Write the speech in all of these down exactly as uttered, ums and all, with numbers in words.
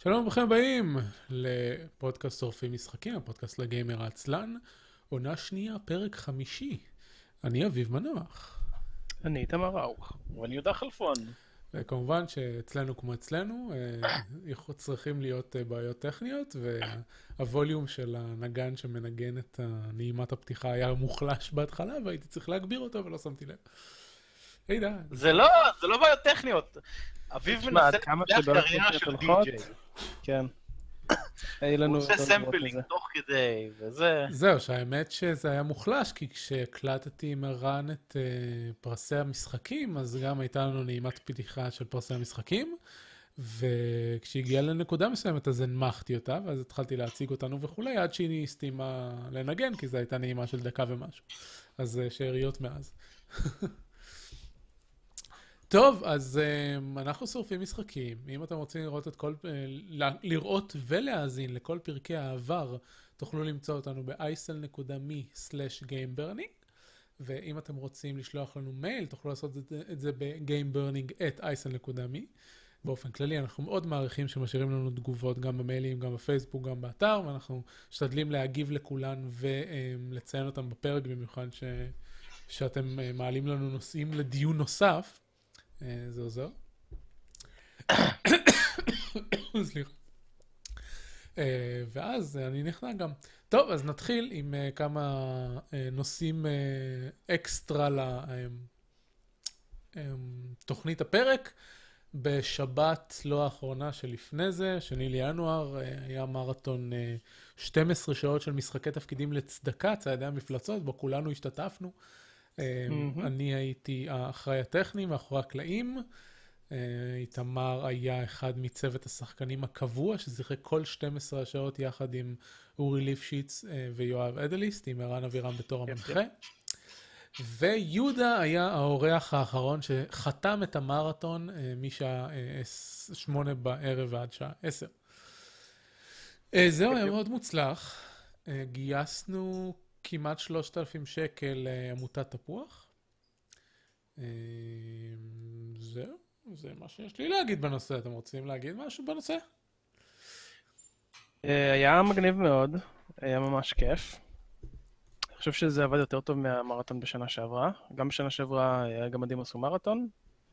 שלום וברוכים הבאים לפודקאסט שורפים משחקים, הפודקאסט לגיימר העצלן, עונה שנייה, פרק חמישי. אני אביב מנוח. אני איתמר ראוך. ואני יהודה חלפון. וכמובן שאצלנו כמו אצלנו, צריכים להיות בעיות טכניות, והווליום של הנגן שמנגן את נעימת הפתיחה היה מוחלש בהתחלה, והייתי צריך להגביר אותו ולא שמתי לב. היי זה לא, זה לא בעיות טכניות. אביב מנסה לפתח קריירה של די-ג'יי. כן. הוא עושה סמפלינג תוך כדי, וזה... זהו, שהאמת שזה היה מוחלש, כי כשהקלטתי עם ערן את uh, פרסי המשחקים, אז גם הייתה לנו נעימת פתיחה של פרסי המשחקים, וכשהגיעה לנקודה מסוימת, אז הנמכתי אותה, ואז התחלתי להציג אותנו וכולי, עד שהיא הסתימה לנגן, כי זו הייתה נעימה של דקה ומשהו. אז uh, שאריות מאז. טוב, אז um, אנחנו שורפים משחקים. אם אתם רוצים לראות את כל, uh, לראות ולהאזין לכל פרקי העבר, תוכלו למצוא אותנו ב-אייסל דוט מי סלאש גיימברנינג, ואם אתם רוצים לשלוח לנו מייל, תוכלו לעשות את, את זה ב-gameburning את אייסל דוט מי. באופן כללי, אנחנו מאוד מעריכים שמשאירים לנו תגובות גם במיילים, גם בפייסבוק, גם באתר, ואנחנו משתדלים להגיב לכולן ולציין אותם בפרק, במיוחד ש... שאתם uh, מעלים לנו נושאים לדיון נוסף. זה עוזר. סליחה. ואז אני נכנע גם. טוב, אז נתחיל עם כמה נושאים אקסטרה לתוכנית הפרק. בשבת לא האחרונה שלפני זה, שני לינואר, היה מרתון שתים עשרה שעות של משחקי תפקידים לצדקה, צעדי המפלצות, בו כולנו השתתפנו. אני הייתי האחראי הטכני מאחורי הקלעים, איתמר היה אחד מצוות השחקנים הקבוע ששיחק כל שתים עשרה השעות יחד עם אורי ליפשיץ ויואב אדליסט, עם ערן אבירם בתור המנחה, ויהודה היה האורח האחרון שחתם את המרתון משעה שמונה בערב ועד שעה עשר. זהו, היה מאוד מוצלח. גייסנו כמעט שלושת אלפים שקל לעמותת תפוח. זהו, זה מה שיש לי להגיד בנושא. אתם רוצים להגיד משהו בנושא? היה מגניב מאוד, היה ממש כיף. אני חושב שזה עבד יותר טוב מהמרתון בשנה שעברה. גם בשנה שעברה היה גם מדהים עשו מרתון.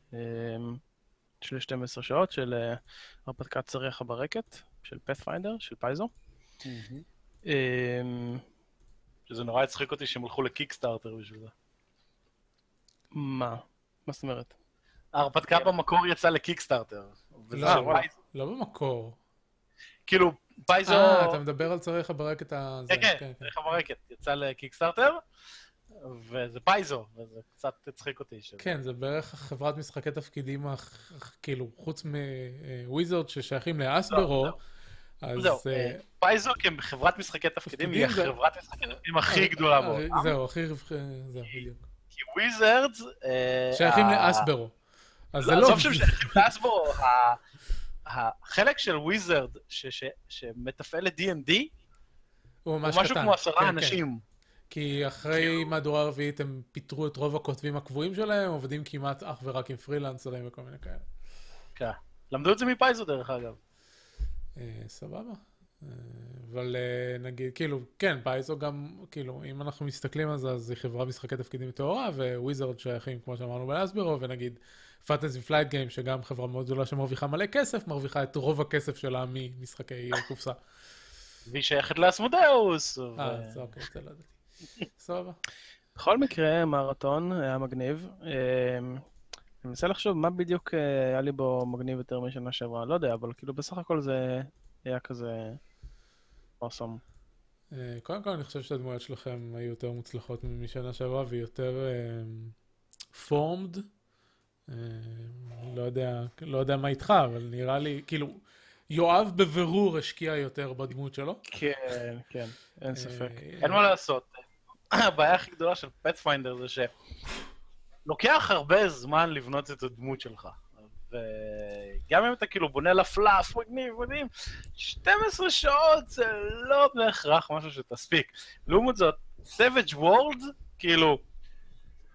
של שתים עשרה שעות של הרפתקת צריח הברקת, של פאת'פיינדר, של פייזו. שזה נורא הצחיק אותי שהם הלכו לקיקסטארטר בשביל זה. מה? מה זאת אומרת? ההרפתקה במקור יצאה לקיקסטארטר. לא במקור. כאילו, פייזו... אה, אתה מדבר על צריך הברקת ה... כן, כן, צריך הברקת. יצא לקיקסטארטר, וזה פייזו, וזה קצת הצחיק אותי. כן, זה בערך חברת משחקי תפקידים, כאילו, חוץ מוויזרד ששייכים לאסברו, זהו, פייזו כחברת משחקי תפקידים היא החברת משחקי תפקידים הכי גדולה בו. זהו, הכי רווחי, זהו, בדיוק. כי וויזרדס... שייכים לאסברו. אז זה לא... עזוב שהם שייכים לאסברו, החלק של וויזרד שמתפעל את די אנד די, הוא משהו כמו עשרה אנשים. כי אחרי מהדורה רביעית הם פיתרו את רוב הכותבים הקבועים שלהם, עובדים כמעט אך ורק עם פרילנסרים וכל מיני כאלה. כן, למדו את זה מפייזו דרך אגב. סבבה. אבל נגיד, כאילו, כן, פייזו גם, כאילו, אם אנחנו מסתכלים על זה, אז היא חברה משחקי תפקידים תאורה, וויזרד שייכים, כמו שאמרנו באסברו, ונגיד, פנטזי פלייט גיים, שגם חברה מאוד גדולה שמרוויחה מלא כסף, מרוויחה את רוב הכסף שלה ממשחקי קופסה. והיא שייכת לאסמודאוס. אה, זה אוקיי, זה לא ידעתי. סבבה. בכל מקרה, מרתון היה מגניב. אני מנסה לחשוב מה בדיוק היה לי בו מגניב יותר משנה שעברה, לא יודע, אבל כאילו בסך הכל זה היה כזה awesome. קודם כל אני חושב שהדמויות שלכם היו יותר מוצלחות משנה שעברה ויותר formed. לא יודע, לא יודע מה איתך, אבל נראה לי, כאילו, יואב בבירור השקיע יותר בדמות שלו. כן, כן, אין ספק. אין מה לעשות. הבעיה הכי גדולה של פאת'פיינדר זה ש... לוקח הרבה זמן לבנות את הדמות שלך, וגם אם אתה כאילו בונה לפלאף, מגניב, מדהים, שתים עשרה שעות זה לא בהכרח משהו שתספיק. לעומת זאת, Savage Worlds, כאילו,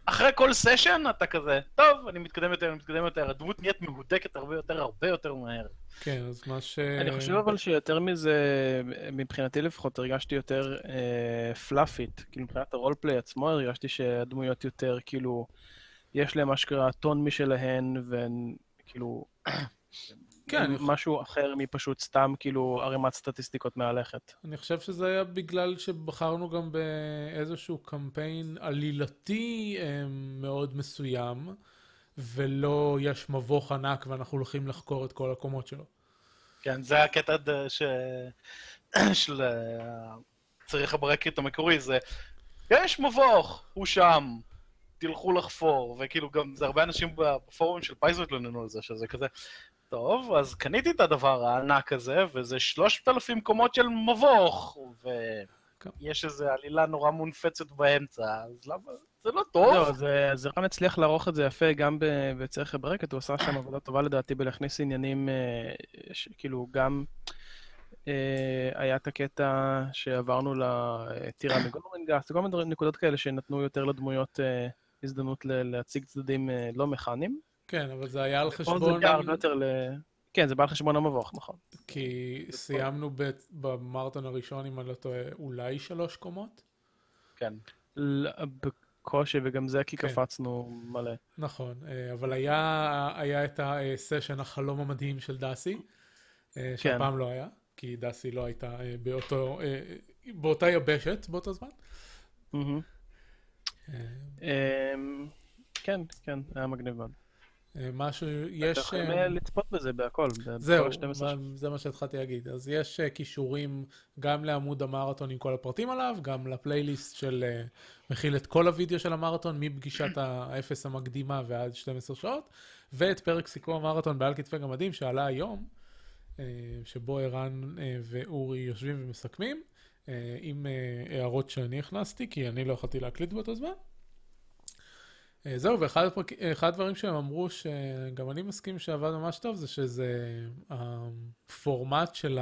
אחרי כל סשן אתה כזה, טוב, אני מתקדם יותר, אני מתקדם יותר, הדמות נהיית מהודקת הרבה יותר, הרבה יותר מהר. כן, אז מה ש... אני חושב אבל שיותר מזה, מבחינתי לפחות, הרגשתי יותר פלאפית. כאילו מבחינת הרולפליי עצמו, הרגשתי שהדמויות יותר, כאילו, יש להם אשכרה טון משלהן, וכאילו, כן, משהו אחר מפשוט סתם, כאילו, ערימת סטטיסטיקות מהלכת. אני חושב שזה היה בגלל שבחרנו גם באיזשהו קמפיין עלילתי מאוד מסוים, ולא יש מבוך ענק ואנחנו הולכים לחקור את כל הקומות שלו. כן, זה הקטע ש... של... צריך הברקט המקורי, זה... יש מבוך, הוא שם, תלכו לחפור, וכאילו גם זה הרבה אנשים בפורום של פייזו התלוננו על זה, שזה כזה... טוב, אז קניתי את הדבר הענק הזה, וזה שלושת אלפים קומות של מבוך, ויש איזו עלילה נורא מונפצת באמצע, אז למה? זה לא טוב. לא, זה רם הצליח לערוך את זה יפה, גם בצריך הברקט, הוא עשה שם עבודה טובה לדעתי בלהכניס עניינים, כאילו גם היה את הקטע שעברנו לטירה מגורנגס, כל מיני נקודות כאלה שנתנו יותר לדמויות הזדמנות להציג צדדים לא מכניים. כן, אבל זה היה על חשבון... כן, זה בא על חשבון המבוך, נכון. כי סיימנו במרתון הראשון, אם אני לא טועה, אולי שלוש קומות? כן. בקושי, וגם זה כי קפצנו מלא. נכון, אבל היה את הסשן החלום המדהים של דאסי, שהפעם לא היה, כי דאסי לא הייתה באותה יבשת באותו זמן. כן, כן, היה מגניב מאוד. משהו, יש... אתה יכול לצפות בזה בהכל. זהו, זה מה שהתחלתי להגיד. אז יש קישורים גם לעמוד המרתון עם כל הפרטים עליו, גם לפלייליסט של מכיל את כל הוידאו של המרתון, מפגישת האפס המקדימה ועד שתים עשרה שעות, ואת פרק סיכום המרתון בעל כתפי גמדים שעלה היום, שבו ערן ואורי יושבים ומסכמים, עם הערות שאני הכנסתי, כי אני לא יכולתי להקליט באותו זמן. זהו, ואחד הפרק... הדברים שהם אמרו, שגם אני מסכים שעבד ממש טוב, זה שזה הפורמט של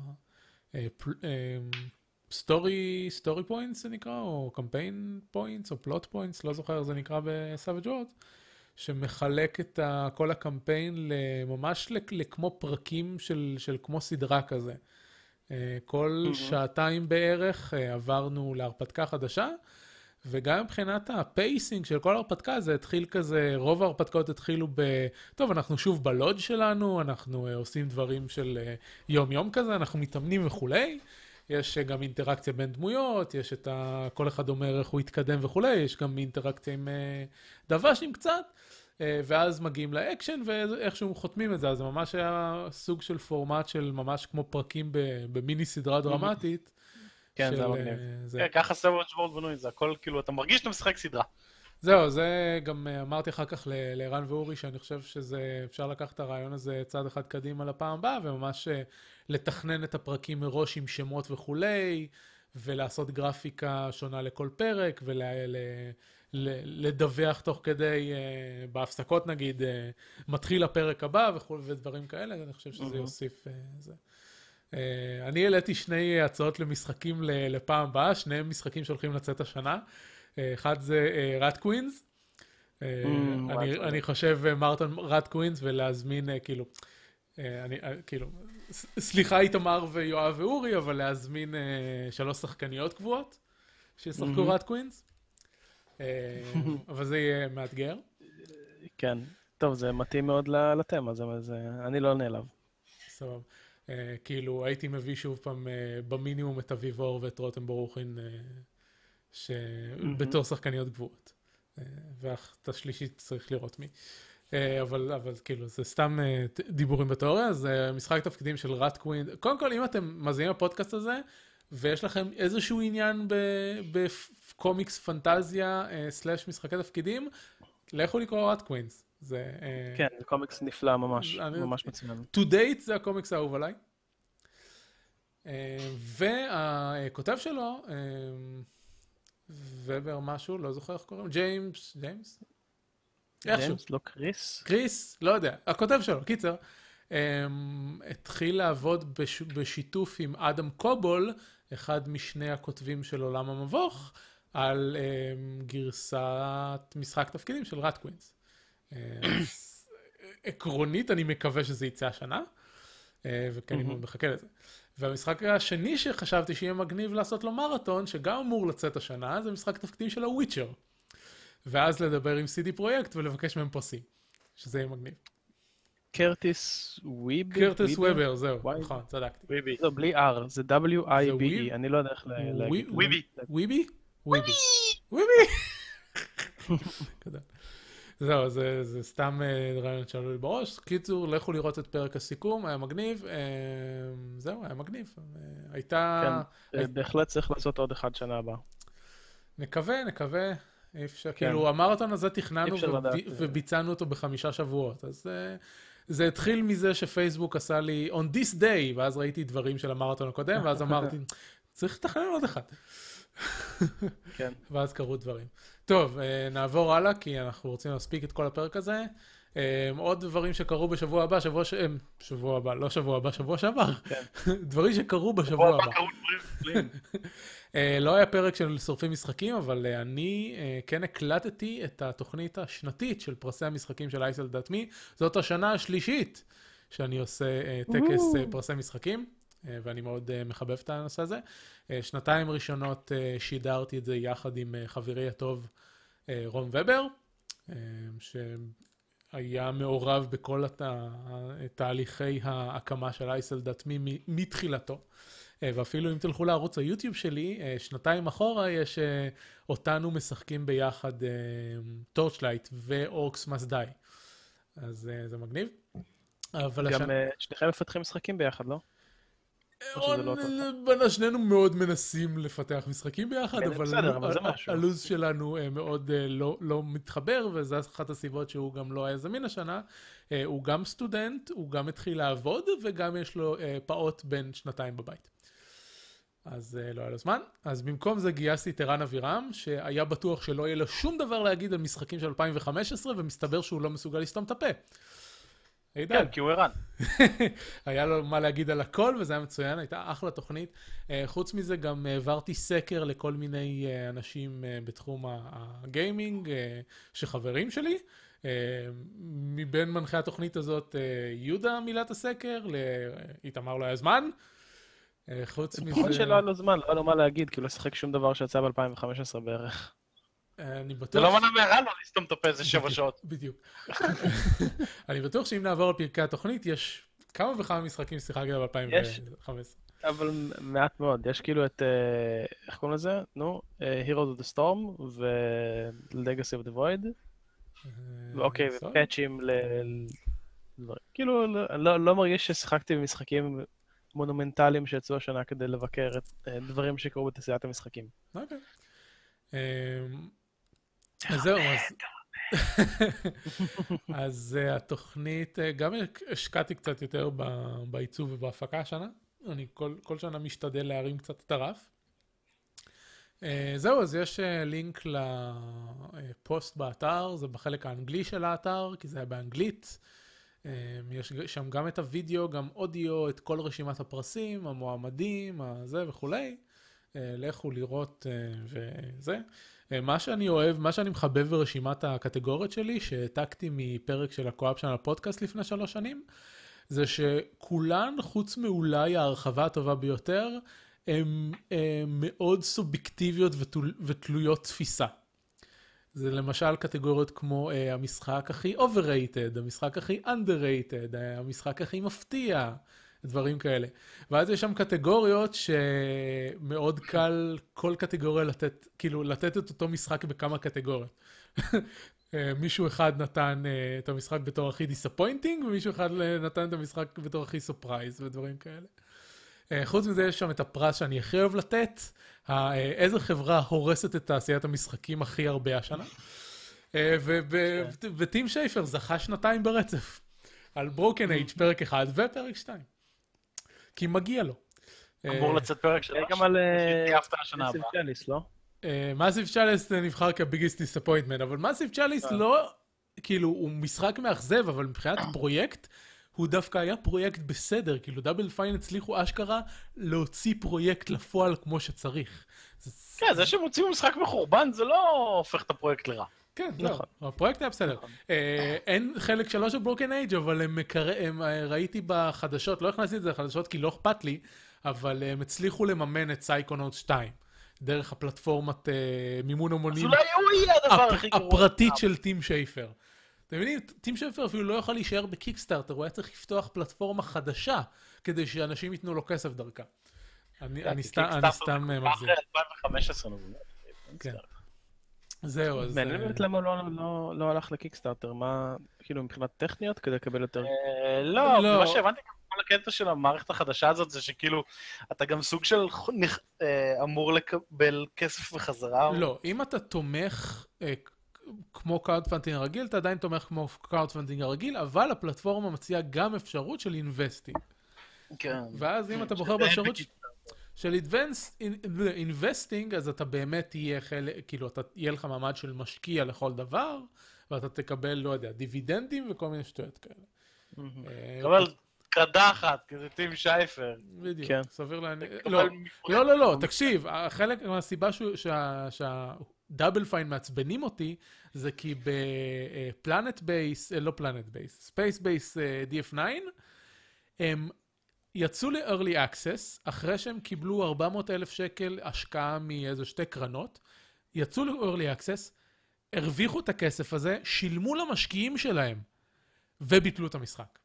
ה-story, story points זה נקרא, או campaign points, או plot points, לא זוכר איך זה נקרא ב-Savage Worlds, שמחלק את כל הקמפיין ממש לכמו פרקים של, של כמו סדרה כזה. כל mm-hmm. שעתיים בערך עברנו להרפתקה חדשה, וגם מבחינת הפייסינג של כל ההרפתקה, זה התחיל כזה, רוב ההרפתקאות התחילו ב... טוב, אנחנו שוב בלוד שלנו, אנחנו עושים דברים של יום-יום כזה, אנחנו מתאמנים וכולי, יש גם אינטראקציה בין דמויות, יש את ה... כל אחד אומר איך הוא יתקדם וכולי, יש גם אינטראקציה עם דב"שים קצת, ואז מגיעים לאקשן, ואיכשהו חותמים את זה, אז זה ממש היה סוג של פורמט של ממש כמו פרקים במיני סדרה דרמטית, כן, זה מגניב. כן, ככה Savage Worlds בנוי, זה הכל כאילו, אתה מרגיש שאתה משחק סדרה. זהו, זה גם אמרתי אחר כך לערן ואורי, שאני חושב שזה, אפשר לקחת את הרעיון הזה צעד אחד קדימה לפעם הבאה, וממש לתכנן את הפרקים מראש עם שמות וכולי, ולעשות גרפיקה שונה לכל פרק, ולדווח תוך כדי, בהפסקות נגיד, מתחיל הפרק הבא ודברים כאלה, אני חושב שזה יוסיף זה. אני העליתי שני הצעות למשחקים לפעם הבאה, שניהם משחקים שהולכים לצאת השנה. אחד זה רד קווינס. אני חושב מרתון רד קווינס ולהזמין כאילו, כאילו, סליחה איתמר ויואב ואורי, אבל להזמין שלוש שחקניות קבועות שישחקו רד קווינס. אבל זה יהיה מאתגר. כן, טוב, זה מתאים מאוד לתמה, אני לא נעלב. סבב. Uh, כאילו הייתי מביא שוב פעם uh, במינימום את אביב אור ואת רותם ברוכין uh, שבתור שחקניות גבוהות. Uh, ואת השלישית צריך לראות מי. Uh, אבל, אבל כאילו זה סתם uh, דיבורים בתיאוריה, אז uh, משחק תפקידים של רד קווין. קודם כל אם אתם מזינים לפודקאסט הזה, ויש לכם איזשהו עניין בקומיקס פנטזיה uh, סלש משחקי תפקידים, לכו לקרוא רד קווינס. זה, כן, זה קומיקס נפלא ממש, ממש מצוין. To date זה הקומיקס האהוב עליי. והכותב שלו, ובר משהו, לא זוכר איך קוראים, ג'יימס, ג'יימס? ג'יימס, לא קריס? קריס, לא יודע, הכותב שלו, קיצר, התחיל לעבוד בשיתוף עם אדם קובול, אחד משני הכותבים של עולם המבוך, על um, גרסת משחק תפקידים של rat queens. Uh, עקרונית אני מקווה שזה יצא השנה, uh, וכן אני מאוד מחכה לזה. והמשחק השני שחשבתי שיהיה מגניב לעשות לו מרתון, שגם אמור לצאת השנה, זה משחק תפקידים של הוויצ'ר. ואז לדבר עם סי די פרויקט ולבקש מהם פרסים, שזה יהיה מגניב. קרטיס וויב? קרטיס וויבר, זהו, נכון, צדקתי. וויבי. לא, בלי R, זה W-I-B-E, אני לא יודע איך להגיד. וויבי. וויבי? וויבי. וויבי! זהו, זה סתם רעיון שעלו לי בראש. קיצור, לכו לראות את פרק הסיכום, היה מגניב. זהו, היה מגניב. הייתה... כן, בהחלט צריך לעשות עוד אחד שנה הבאה. נקווה, נקווה. כאילו, המרתון הזה תכננו וביצענו אותו בחמישה שבועות. אז זה התחיל מזה שפייסבוק עשה לי on this day, ואז ראיתי דברים של המרתון הקודם, ואז אמרתי, צריך לתכנן עוד אחד. כן. ואז קרו דברים. טוב, נעבור הלאה, כי אנחנו רוצים להספיק את כל הפרק הזה. עוד דברים שקרו בשבוע הבא, שבוע ש... שבוע הבא, לא שבוע הבא, שבוע שעבר. דברים שקרו בשבוע הבא. לא היה פרק של שורפים משחקים, אבל אני כן הקלטתי את התוכנית השנתית של פרסי המשחקים של אייסל דאט מי. זאת השנה השלישית שאני עושה טקס פרסי משחקים, ואני מאוד מחבב את הנושא הזה. שנתיים ראשונות שידרתי את זה יחד עם חברי הטוב רון ובר, שהיה מעורב בכל תהליכי ההקמה של אייסל דאט מי מתחילתו. ואפילו אם תלכו לערוץ היוטיוב שלי, שנתיים אחורה יש אותנו משחקים ביחד טורצ'לייט ואורקס מס די. אז זה מגניב. גם שניכם מפתחים משחקים ביחד, לא? שנינו מאוד מנסים לפתח משחקים ביחד, אבל הלוז שלנו מאוד לא מתחבר, וזו אחת הסיבות שהוא גם לא היה זמין השנה. הוא גם סטודנט, הוא גם התחיל לעבוד, וגם יש לו פעוט בין שנתיים בבית. אז לא היה לו זמן. אז במקום זה גייסתי את ערן אבירם, שהיה בטוח שלא יהיה לו שום דבר להגיד על משחקים של אלפיים וחמש עשרה, ומסתבר שהוא לא מסוגל לסתום את הפה. כן, כי הוא ערן. היה לו מה להגיד על הכל, וזה היה מצוין, הייתה אחלה תוכנית. חוץ מזה גם העברתי סקר לכל מיני אנשים בתחום הגיימינג, שחברים שלי. מבין מנחי התוכנית הזאת, יהודה מילת הסקר, לאיתמר לא היה זמן. חוץ מזה... פחות שלא היה לו זמן, לא היה לו מה להגיד, כי הוא לא שחק שום דבר שיצא ב-אלפיים וחמש עשרה בערך. אני בטוח... זה לא מנע מערן לו לסתום את הפה איזה שבע שעות. בדיוק. אני בטוח שאם נעבור על פרקי התוכנית, יש כמה וכמה משחקים שיחקתי ב-אלפיים וחמש עשרה. אבל מעט מאוד. יש כאילו את, איך קוראים לזה? נו, Heroes of the Storm ו-Legacy of the Void. ואוקיי, ופאצ'ים ל... כאילו, לא מרגיש ששיחקתי במשחקים מונומנטליים שיצאו השנה כדי לבקר את דברים שקרו בתעשיית המשחקים. אוקיי. אז זהו, אז התוכנית, גם השקעתי קצת יותר בעיצוב ובהפקה השנה, אני כל שנה משתדל להרים קצת את הרף. זהו, אז יש לינק לפוסט באתר, זה בחלק האנגלי של האתר, כי זה היה באנגלית. יש שם גם את הוידאו, גם אודיו, את כל רשימת הפרסים, המועמדים, הזה וכולי. לכו לראות וזה. מה שאני אוהב, מה שאני מחבב ברשימת הקטגוריות שלי, שהעתקתי מפרק של הקו-אפ של הפודקאסט לפני שלוש שנים, זה שכולן, חוץ מאולי ההרחבה הטובה ביותר, הן מאוד סובייקטיביות ותלויות תפיסה. זה למשל קטגוריות כמו המשחק הכי overrated, המשחק הכי underrated, המשחק הכי מפתיע, דברים כאלה. ואז יש שם קטגוריות שמאוד קל כל קטגוריה לתת, כאילו לתת את אותו משחק בכמה קטגוריות. מישהו אחד נתן את המשחק בתור הכי disappointing, ומישהו אחד נתן את המשחק בתור הכי surprise, ודברים כאלה. חוץ מזה יש שם את הפרס שאני הכי אוהב לתת, איזה חברה הורסת את תעשיית המשחקים הכי הרבה השנה. וטים שייפר זכה שנתיים ברצף, על ברוקן אייג' פרק אחד ופרק שתיים. כי מגיע לו. אמור לצאת פרק שלוש. גם על השנה הבאה. צ'אליס, לא? מאסיב צ'אליס נבחר כביגסט דיסאפוינטמנט, אבל מאסיב צ'אליס לא, כאילו, הוא משחק מאכזב, אבל מבחינת פרויקט, הוא דווקא היה פרויקט בסדר, כאילו דאבל פיין הצליחו אשכרה להוציא פרויקט לפועל כמו שצריך. כן, זה שהם הוציאו משחק מחורבן, זה לא הופך את הפרויקט לרע. כן, נכון. הפרויקט היה בסדר. אין חלק שלוש של ברוקן אייג' אבל הם ראיתי בחדשות, לא הכנסתי את זה לחדשות כי לא אכפת לי, אבל הם הצליחו לממן את סייקונאוט שתיים, דרך הפלטפורמת מימון המונים. אז אולי הוא יהיה הדבר הכי גרוע. הפרטית של טים שייפר. אתם מבינים, טים שייפר אפילו לא יכול להישאר בקיקסטארטר, הוא היה צריך לפתוח פלטפורמה חדשה, כדי שאנשים ייתנו לו כסף דרכה. אני סתם מגזים. אחרי אלפיים וחמש עשרה נובמבר. כן. זהו, אז... מעניין באמת למה הוא לא הלך לקיקסטארטר, מה, כאילו מבחינת טכניות כדי לקבל יותר... לא, מה שהבנתי גם כל הקטע של המערכת החדשה הזאת, זה שכאילו, אתה גם סוג של אמור לקבל כסף בחזרה. לא, אם אתה תומך כמו קראודפנדינג הרגיל, אתה עדיין תומך כמו קראודפנדינג הרגיל, אבל הפלטפורמה מציעה גם אפשרות של אינבסטינג. כן. ואז אם אתה בוחר באפשרות של אינבסטינג, אז אתה באמת תהיה חלק, כאילו, אתה יהיה לך מעמד של משקיע לכל דבר, ואתה תקבל, לא יודע, דיבידנדים וכל מיני שטויות כאלה. אבל קדחת, כזה טים שייפר. בדיוק, סביר להניח. לא, לא, לא, תקשיב, חלק מהסיבה שהדאבל פיין מעצבנים אותי, זה כי בפלנט בייס, לא פלנט בייס, ספייס בייס די אף ניין, הם יצאו ל-Early Access, אחרי שהם קיבלו ארבע מאות אלף שקל השקעה מאיזו שתי קרנות, יצאו ל-Early Access, הרוויחו את הכסף הזה, שילמו למשקיעים שלהם, וביטלו את המשחק.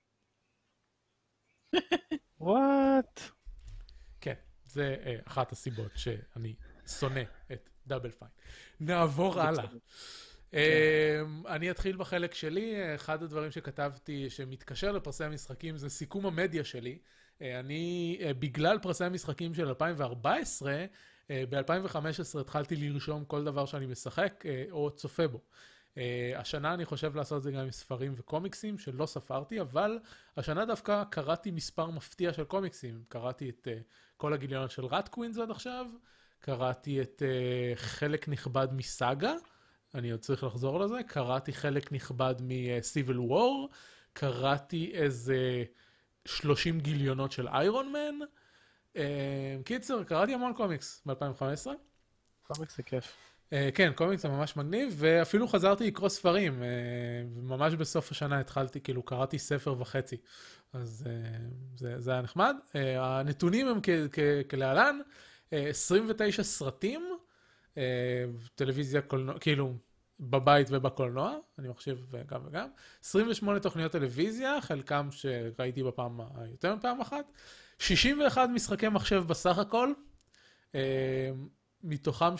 וואט? כן, זה uh, אחת הסיבות שאני שונא את דאבל פיין. נעבור הלאה. Uh, אני אתחיל בחלק שלי, אחד הדברים שכתבתי שמתקשר לפרסי המשחקים זה סיכום המדיה שלי. Uh, אני, uh, בגלל פרסי המשחקים של אלפיים וארבע עשרה, uh, ב-אלפיים וחמש עשרה התחלתי לרשום כל דבר שאני משחק uh, או צופה בו. Uh, השנה אני חושב לעשות את זה גם עם ספרים וקומיקסים שלא ספרתי, אבל השנה דווקא קראתי מספר מפתיע של קומיקסים. קראתי את uh, כל הגיליונות של ראט קווינס עד עכשיו, קראתי את uh, חלק נכבד מסאגה, אני עוד צריך לחזור לזה, קראתי חלק נכבד מ-Civil War, קראתי איזה שלושים גיליונות של איירון מן, uh, קיצר, קראתי המון קומיקס ב-אלפיים וחמש עשרה. קומיקס זה כיף. כן, קומיקס זה ממש מגניב, ואפילו חזרתי לקרוא ספרים, ממש בסוף השנה התחלתי, כאילו קראתי ספר וחצי, אז זה, זה היה נחמד. הנתונים הם כלהלן, עשרים ותשע סרטים, טלוויזיה, קולנוע, כאילו בבית ובקולנוע, אני מחשיב גם וגם, עשרים ושמונה תוכניות טלוויזיה, חלקם שראיתי בפעם יותר מפעם אחת, שישים ואחד משחקי מחשב בסך הכל, מתוכם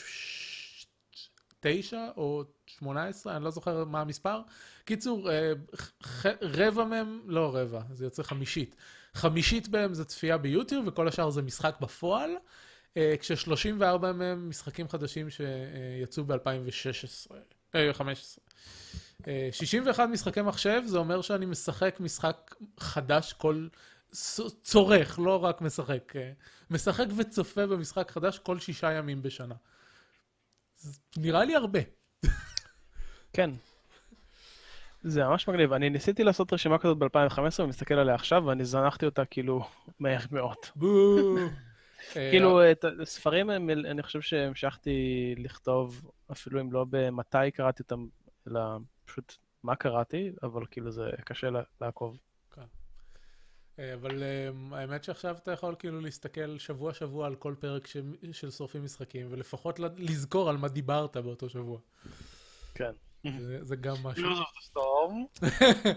תשע או שמונה עשרה, אני לא זוכר מה המספר. קיצור, רבע מהם, לא רבע, זה יוצא חמישית. חמישית בהם זה צפייה ביוטיוב, וכל השאר זה משחק בפועל, כש-שלושים וארבע מהם משחקים חדשים שיצאו ב-אלפיים וחמש עשרה. שישים ואחד משחקי מחשב, זה אומר שאני משחק משחק חדש כל... צורך, לא רק משחק. משחק וצופה במשחק חדש כל שישה ימים בשנה. נראה לי הרבה. כן. זה ממש מגניב. אני ניסיתי לעשות רשימה כזאת ב-אלפיים וחמש עשרה ומסתכל עליה עכשיו, ואני זנחתי אותה כאילו מהר מאוד. בואו. כאילו, את הספרים אני חושב שהמשכתי לכתוב, אפילו אם לא במתי קראתי אותם, אלא פשוט מה קראתי, אבל כאילו זה קשה לעקוב. אבל האמת שעכשיו אתה יכול כאילו להסתכל שבוע שבוע על כל פרק של שורפים משחקים, ולפחות לזכור על מה דיברת באותו שבוע. כן. זה גם משהו. Heroes of the Storm.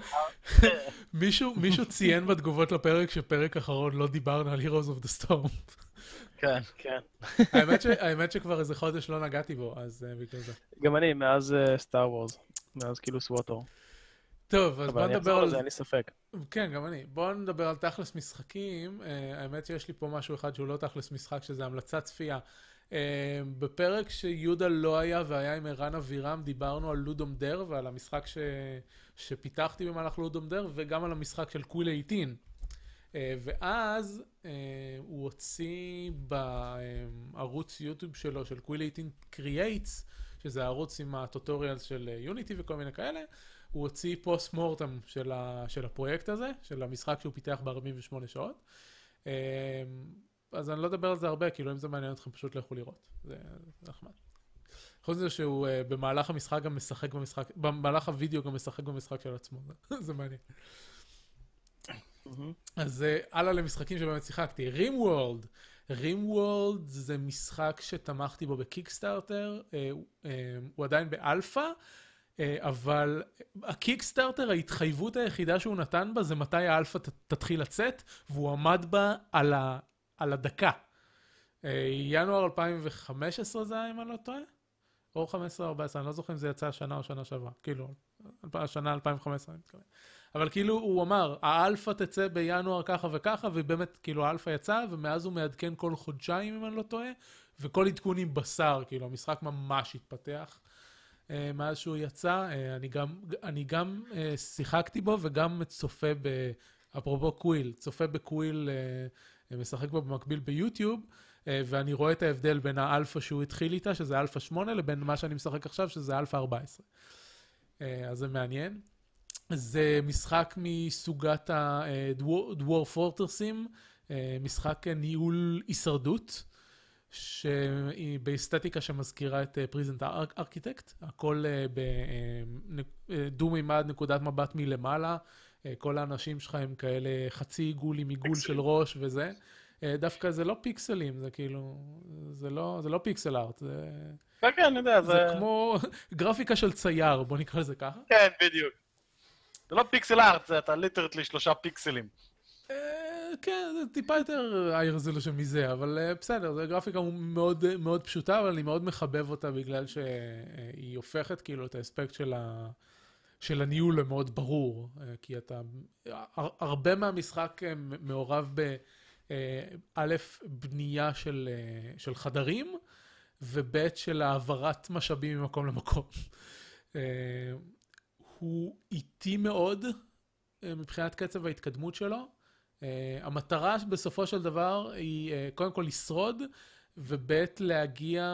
מישהו ציין בתגובות לפרק שפרק אחרון לא דיברנו על Heroes of the Storm. כן. כן. האמת שכבר איזה חודש לא נגעתי בו, אז בגלל זה. גם אני, מאז סטאר וורס, מאז כאילו סווטור. טוב, אז בוא נדבר על זה, אין לי ספק. כן, גם אני. בוא נדבר על תכלס משחקים. האמת שיש לי פה משהו אחד שהוא לא תכלס משחק, שזה המלצת צפייה. בפרק שיהודה לא היה והיה עם ערן אבירם, דיברנו על לודום דר ועל המשחק ש... שפיתחתי במהלך לודום דר, וגם על המשחק של קוויל שמונה עשרה. ואז הוא הוציא בערוץ יוטיוב שלו, של קוויל שמונה עשרה Creates, שזה הערוץ עם הטוטוריאלס של יוניטי וכל מיני כאלה, הוא הוציא פוסט מורטם של, ה, של הפרויקט הזה, של המשחק שהוא פיתח ב-ארבעים ושמונה שעות. אז אני לא אדבר על זה הרבה, כאילו אם זה מעניין אתכם פשוט לכו לראות. זה נחמד. חוץ מזה שהוא במהלך המשחק גם משחק במשחק, במהלך הוידאו גם משחק במשחק של עצמו. זה מעניין. אז הלאה למשחקים שבאמת שיחקתי. רימוורלד. רימוורלד זה משחק שתמכתי בו בקיקסטארטר, הוא עדיין באלפא, אבל הקיקסטארטר, ההתחייבות היחידה שהוא נתן בה זה מתי האלפא תתחיל לצאת, והוא עמד בה על, ה, על הדקה. ינואר אלפיים וחמש עשרה זה היה, אם אני לא טועה? או חמש עשרה ארבע עשרה, אני לא זוכר אם זה יצא השנה או שנה שעברה, כאילו, השנה אלפיים וחמש עשרה אני מתכוון. אבל כאילו הוא אמר, האלפא תצא בינואר ככה וככה, ובאמת כאילו האלפא יצא, ומאז הוא מעדכן כל חודשיים אם אני לא טועה, וכל עדכון עם בשר, כאילו המשחק ממש התפתח אה, מאז שהוא יצא. אה, אני גם, אני גם אה, שיחקתי בו וגם צופה ב... אפרופו קוויל, צופה בקוויל, אה, משחק בו במקביל ביוטיוב, אה, ואני רואה את ההבדל בין האלפא שהוא התחיל איתה, שזה אלפא שמונה, לבין מה שאני משחק עכשיו, שזה אלפא ארבע עשרה. אה, אז זה מעניין. זה משחק מסוגת הדוור פורטרסים, משחק ניהול הישרדות, שהיא באסתטיקה שמזכירה את פריזנט ארכיטקט, הכל דו-מימד, נקודת מבט מלמעלה, כל האנשים שלך הם כאלה חצי עיגול עם עיגול של ראש וזה. דווקא זה לא פיקסלים, זה כאילו, זה לא, זה לא פיקסל ארט, זה... כן, כן, אני יודע, זה... זה כמו גרפיקה של צייר, בוא נקרא לזה ככה. כן, בדיוק. זה לא פיקסל ארט, זה אתה ליטרטלי שלושה פיקסלים. כן, זה טיפה יותר איי-רזולושן מזה, אבל בסדר, זו גרפיקה מאוד מאוד פשוטה, אבל אני מאוד מחבב אותה בגלל שהיא הופכת כאילו את האספקט של ה... של הניהול המאוד ברור, כי אתה... הרבה מהמשחק מעורב בא' בנייה של, של חדרים, וב' של העברת משאבים ממקום למקום. הוא איטי מאוד מבחינת קצב ההתקדמות שלו. המטרה בסופו של דבר היא קודם כל לשרוד, וב' להגיע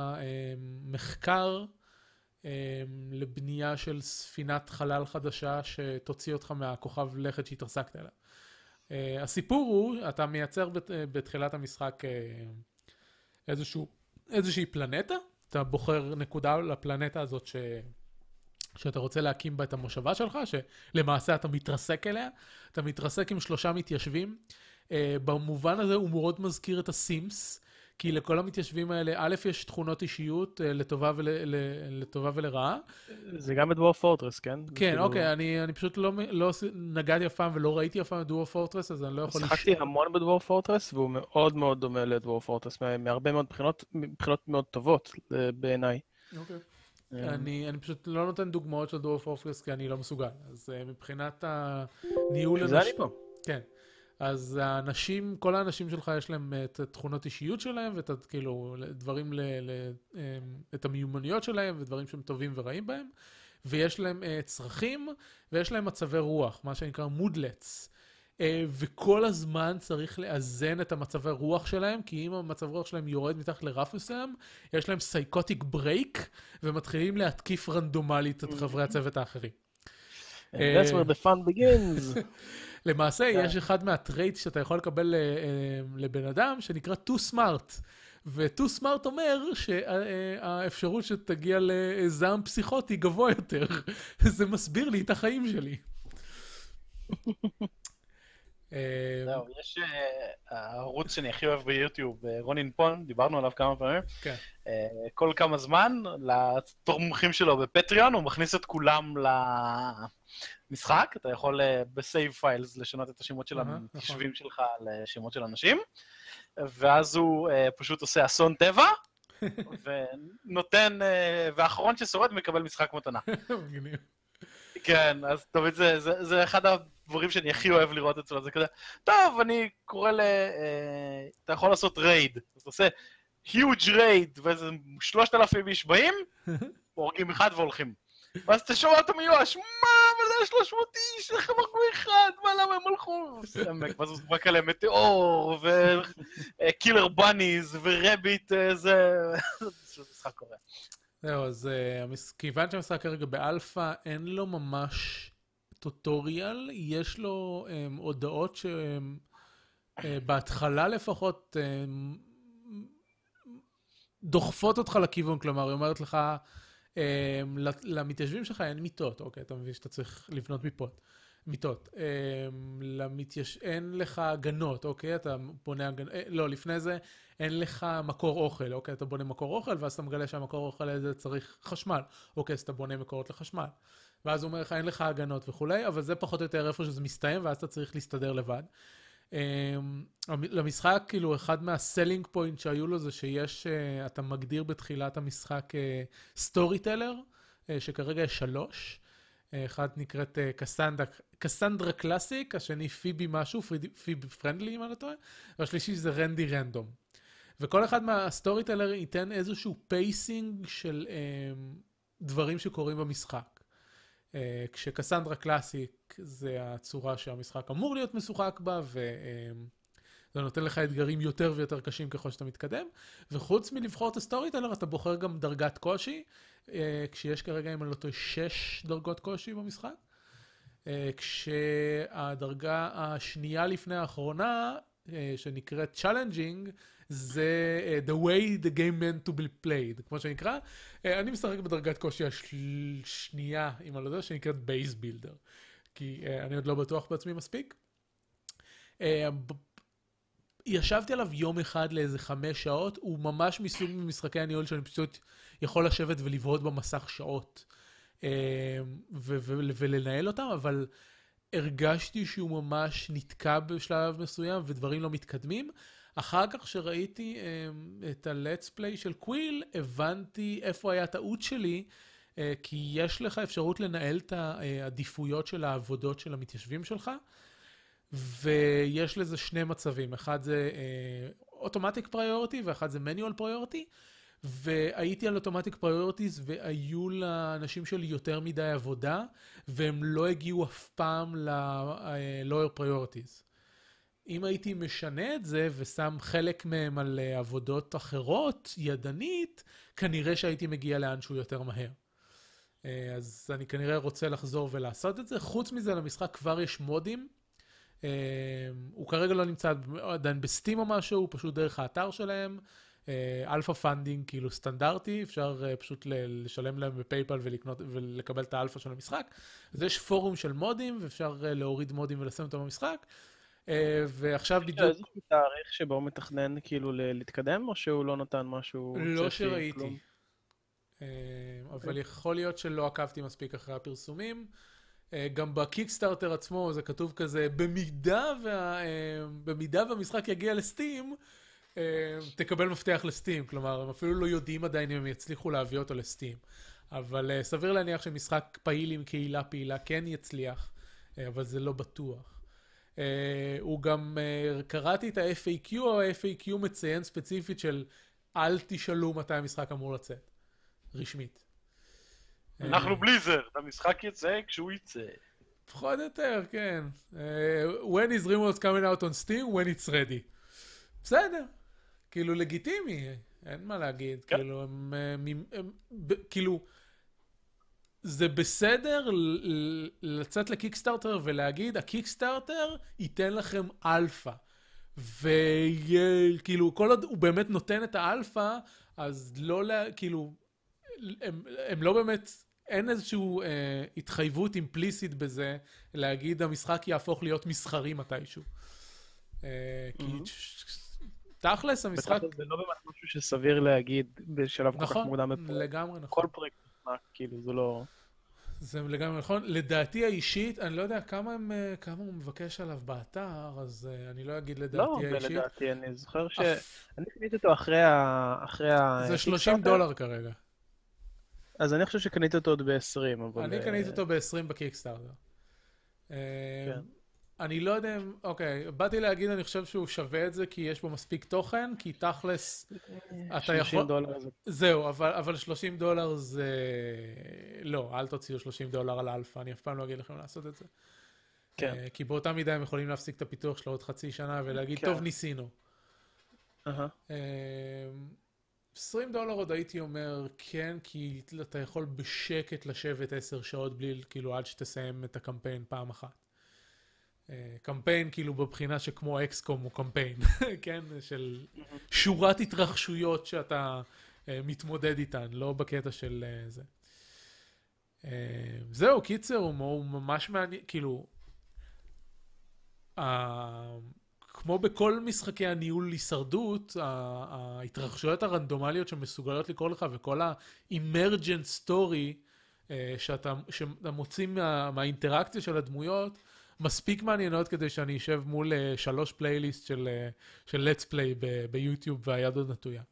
במחקר לבנייה של ספינת חלל חדשה שתוציא אותך מהכוכב לכת שהתרסקת אליו. הסיפור הוא, אתה מייצר בתחילת המשחק איזשהו, איזושהי פלנטה, אתה בוחר נקודה לפלנטה הזאת ש... שאתה רוצה להקים בה את המושבה שלך, שלמעשה אתה מתרסק אליה, אתה מתרסק עם שלושה מתיישבים. במובן הזה הוא מאוד מזכיר את הסימס, כי לכל המתיישבים האלה, א', יש תכונות אישיות לטובה, ול, לטובה ולרעה. זה גם בדוור פורטרס, כן? כן, אוקיי, אני, אני פשוט לא, לא נגעתי אף פעם ולא ראיתי אף פעם בדוור פורטרס, אז אני לא יכול... שחקתי המון בדוור פורטרס, והוא מאוד מאוד דומה לדוור פורטרס, מהרבה מאוד בחינות, בחינות מאוד טובות בעיניי. אוקיי. אני, אני פשוט לא נותן דוגמאות של דוור פורטרס, כי אני לא מסוגל. אז מבחינת הניהול... זה אני פה. כן. אז האנשים, כל האנשים שלך יש להם את תכונות אישיות שלהם, ואת כאילו, דברים, ל, ל, את המיומנויות שלהם, ודברים שהם טובים ורעים בהם, ויש להם צרכים, ויש להם מצבי רוח, מה שנקרא מודלטס. וכל הזמן צריך לאזן את המצבי רוח שלהם, כי אם המצב רוח שלהם יורד מתחת לרף מסוים, יש להם סייקוטיק ברייק, ומתחילים להתקיף רנדומלית את חברי הצוות האחרים. And that's where the fun begins. למעשה, יש אחד מהטרייט שאתה יכול לקבל לבן אדם, שנקרא too smart. ו-too smart אומר שהאפשרות שתגיע לזעם פסיכוטי גבוה יותר. זה מסביר לי את החיים שלי. זהו, יש הערוץ שאני הכי אוהב ביוטיוב, רונין פון, דיברנו עליו כמה פעמים. כן. כל כמה זמן, לתורמכים שלו בפטריון, הוא מכניס את כולם למשחק, אתה יכול בסייב פיילס לשנות את השמות של המתיישבים שלך לשמות של אנשים, ואז הוא פשוט עושה אסון טבע, ונותן, והאחרון ששורד מקבל משחק מתנה. מגניב. כן, אז טוב, זה, זה, זה אחד הדברים שאני הכי אוהב לראות אצלו, זה כזה, טוב, אני קורא ל... אה, אתה יכול לעשות רייד, אז אתה עושה huge רייד, ואיזה שלושת אלפים איש באים, הורגים אחד והולכים. ואז אתה שומע אותו מיואש, מה, אבל זה שלוש מאות איש, איך הם הרגו אחד, מה, למה הם הלכו? ואז הוא זרק עליהם מטאור, וקילר בניז, ורביט, זה... זה משחק קורה. זהו, אז אה, המס- כיוון שהמשחק כרגע באלפא, אין לו ממש טוטוריאל, יש לו אמ, הודעות שבהתחלה לפחות אמ, דוחפות אותך לכיוון, כלומר, היא אומרת לך, אמ, למתיישבים שלך אין מיטות, אוקיי, אתה מבין שאתה צריך לבנות מיפות. מיטות. אמ, למתייש... אין לך הגנות, אוקיי? אתה בונה הגנות, לא, לפני זה אין לך מקור אוכל, אוקיי? אתה בונה מקור אוכל, ואז אתה מגלה שהמקור אוכל הזה צריך חשמל, אוקיי? אז אתה בונה מקורות לחשמל. ואז הוא אומר לך, אין לך הגנות וכולי, אבל זה פחות או יותר איפה שזה מסתיים, ואז אתה צריך להסתדר לבד. אמ, למשחק, כאילו, אחד מהסלינג פוינט שהיו לו זה שיש, אה, אתה מגדיר בתחילת המשחק סטורי טלר, שכרגע יש שלוש. אחת נקראת אה, קסנדרה, קסנדרה קלאסיק, השני פיבי משהו, פריד- פיבי פרנדלי אם אני לא טועה, והשלישי זה רנדי רנדום. וכל אחד מהסטורי טלר ייתן איזשהו פייסינג של אה, דברים שקורים במשחק. אה, כשקסנדרה קלאסיק זה הצורה שהמשחק אמור להיות משוחק בה, ו... אה, זה נותן לך אתגרים יותר ויותר קשים ככל שאתה מתקדם, וחוץ מלבחור את הסטורי טלר, אתה בוחר גם דרגת קושי, אה, כשיש כרגע, אם אני לא טועה, שש דרגות קושי במשחק, אה, כשהדרגה השנייה לפני האחרונה, אה, שנקראת Challenging, זה אה, The way the game meant to be played, כמו שנקרא. אה, אני משחק בדרגת קושי השנייה, אם אני לא יודע, שנקראת Base Builder, כי אה, אני עוד לא בטוח בעצמי מספיק. אה, ישבתי עליו יום אחד לאיזה חמש שעות, הוא ממש מסוג ממשחקי הניהול שאני פשוט יכול לשבת ולבהות במסך שעות ו- ו- ולנהל אותם, אבל הרגשתי שהוא ממש נתקע בשלב מסוים ודברים לא מתקדמים. אחר כך שראיתי את ה-Let's Play של קוויל, הבנתי איפה היה הטעות שלי, כי יש לך אפשרות לנהל את העדיפויות של העבודות של המתיישבים שלך, ויש לזה שני מצבים, אחד זה אוטומטיק פריוריטי ואחד זה מניואל פריוריטי, והייתי על אוטומטיק פריוריטיז והיו לאנשים שלי יותר מדי עבודה, והם לא הגיעו אף פעם ל-lower priorities. אם הייתי משנה את זה ושם חלק מהם על עבודות אחרות, ידנית, כנראה שהייתי מגיע לאנשהו יותר מהר. אז אני כנראה רוצה לחזור ולעשות את זה. חוץ מזה למשחק כבר יש מודים, Uh, הוא כרגע לא נמצא עדיין בסטים או משהו, הוא פשוט דרך האתר שלהם, אלפא פנדינג כאילו סטנדרטי, אפשר uh, פשוט ל- לשלם להם בפייפל ולקנות, ולקבל את האלפא של המשחק. אז יש פורום של מודים, ואפשר uh, להוריד מודים ולשים אותם במשחק, uh, ועכשיו בדיוק... יש איזשהו תאריך שבו הוא מתכנן כאילו ל- להתקדם, או שהוא לא נתן משהו לא צפי, שראיתי. כלום? Uh, אבל יכול להיות שלא עקבתי מספיק אחרי הפרסומים. גם בקיקסטארטר עצמו זה כתוב כזה, במידה, וה, במידה והמשחק יגיע לסטים, תקבל מפתח לסטים. כלומר, הם אפילו לא יודעים עדיין אם הם יצליחו להביא אותו לסטים. אבל סביר להניח שמשחק פעיל עם קהילה פעילה כן יצליח, אבל זה לא בטוח. הוא גם, קראתי את ה-אף איי קיו, ה-אף איי קיו מציין ספציפית של אל תשאלו מתי המשחק אמור לצאת. רשמית. אנחנו בליזרד, המשחק יצא כשהוא יצא. פחות או יותר, כן. When is Rimworld's coming out on Steam? When it's ready. בסדר. כאילו לגיטימי, אין מה להגיד. כאילו, הם, הם, הם, כאילו, זה בסדר לצאת לקיקסטארטר ולהגיד, הקיקסטארטר ייתן לכם אלפא. וכאילו, כל עוד הוא באמת נותן את האלפא, אז לא, כאילו, הם, הם לא באמת, אין איזושהי אה, התחייבות אימפליסית בזה, להגיד המשחק יהפוך להיות מסחרי מתישהו. אה, כי תכלס המשחק... בטח זה לא באמת משהו שסביר להגיד בשלב כל כך נכון, מוקדם בפרויקט. לגמרי נכון. כל פרויקט נשמע, כאילו זה לא... זה לגמרי נכון. לדעתי האישית, אני לא יודע כמה, הם, כמה הוא מבקש עליו באתר, אז אני לא אגיד לדעתי לא, האישית. לא, לדעתי, אני זוכר ש... אני קניתי אותו אחרי ה... אחרי ה... זה שלושים דולר כרגע. אז אני חושב שקניתי אותו עוד ב-עשרים, אבל... אני קניתי אותו ב-עשרים בקיקסטארטר. כן. אני לא יודע אם... אוקיי, באתי להגיד, אני חושב שהוא שווה את זה, כי יש בו מספיק תוכן, כי תכלס... אתה יכול... שלושים דולר זה... זהו, אבל, אבל שלושים דולר זה... לא, אל תוציאו שלושים דולר על אלפא, אני אף פעם לא אגיד לכם לעשות את זה. כן. כי באותה מידה הם יכולים להפסיק את הפיתוח שלו עוד חצי שנה ולהגיד, כן. טוב, ניסינו. אהה. עשרים דולר עוד הייתי אומר כן, כי אתה יכול בשקט לשבת עשר שעות בלי, כאילו עד שתסיים את הקמפיין פעם אחת. קמפיין כאילו בבחינה שכמו אקסקום הוא קמפיין, כן? של שורת התרחשויות שאתה מתמודד איתן, לא בקטע של זה. זהו, קיצר, הוא ממש מעניין, כאילו, כמו בכל משחקי הניהול הישרדות, ההתרחשויות הרנדומליות שמסוגלות לקרוא לך, וכל ה-emergent story שאתה, שאתה מוציא מה, מהאינטראקציה של הדמויות, מספיק מעניינות כדי שאני אשב מול שלוש פלייליסט של, של let's play ב- ביוטיוב והיד עוד נטויה.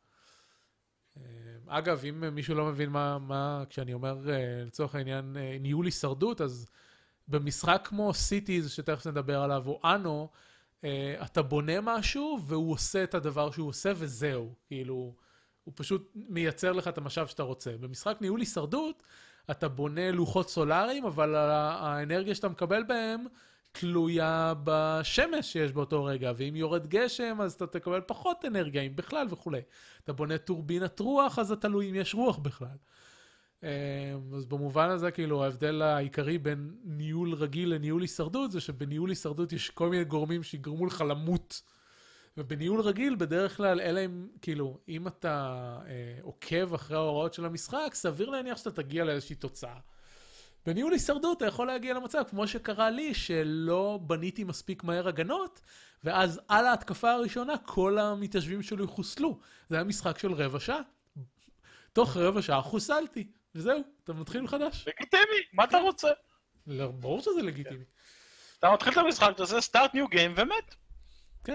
אגב, אם מישהו לא מבין מה, מה כשאני אומר לצורך העניין ניהול הישרדות, אז במשחק כמו Cities, שתכף נדבר עליו, או אנו, אתה בונה משהו והוא עושה את הדבר שהוא עושה וזהו. כאילו, הוא פשוט מייצר לך את המשאב שאתה רוצה. במשחק ניהול הישרדות, אתה בונה לוחות סולאריים, אבל האנרגיה שאתה מקבל בהם תלויה בשמש שיש באותו רגע, ואם יורד גשם אז אתה תקבל פחות אנרגיה, אם בכלל וכו'. אתה בונה טורבינת רוח, אז אתה תלוי אם יש רוח בכלל. אז במובן הזה, כאילו, ההבדל העיקרי בין ניהול רגיל לניהול הישרדות, זה שבניהול הישרדות יש כל מיני גורמים שיגרמו לך למות. ובניהול רגיל, בדרך כלל, אלא אם, כאילו, אם אתה אה, עוקב אחרי ההוראות של המשחק, סביר להניח שאתה תגיע לאיזושהי תוצאה. בניהול הישרדות, אתה יכול להגיע למצב, כמו שקרה לי, שלא בניתי מספיק מהר הגנות, ואז על ההתקפה הראשונה, כל המתיישבים שלי חוסלו. זה היה משחק של רבע שעה. תוך רבע שעה חוסלתי, וזהו, אתה מתחיל מחדש. לגיטימי, מה אתה רוצה? לא, ברור שזה לגיטימי. אתה מתחיל את המשחק, אתה עושה start new game ומת. כן.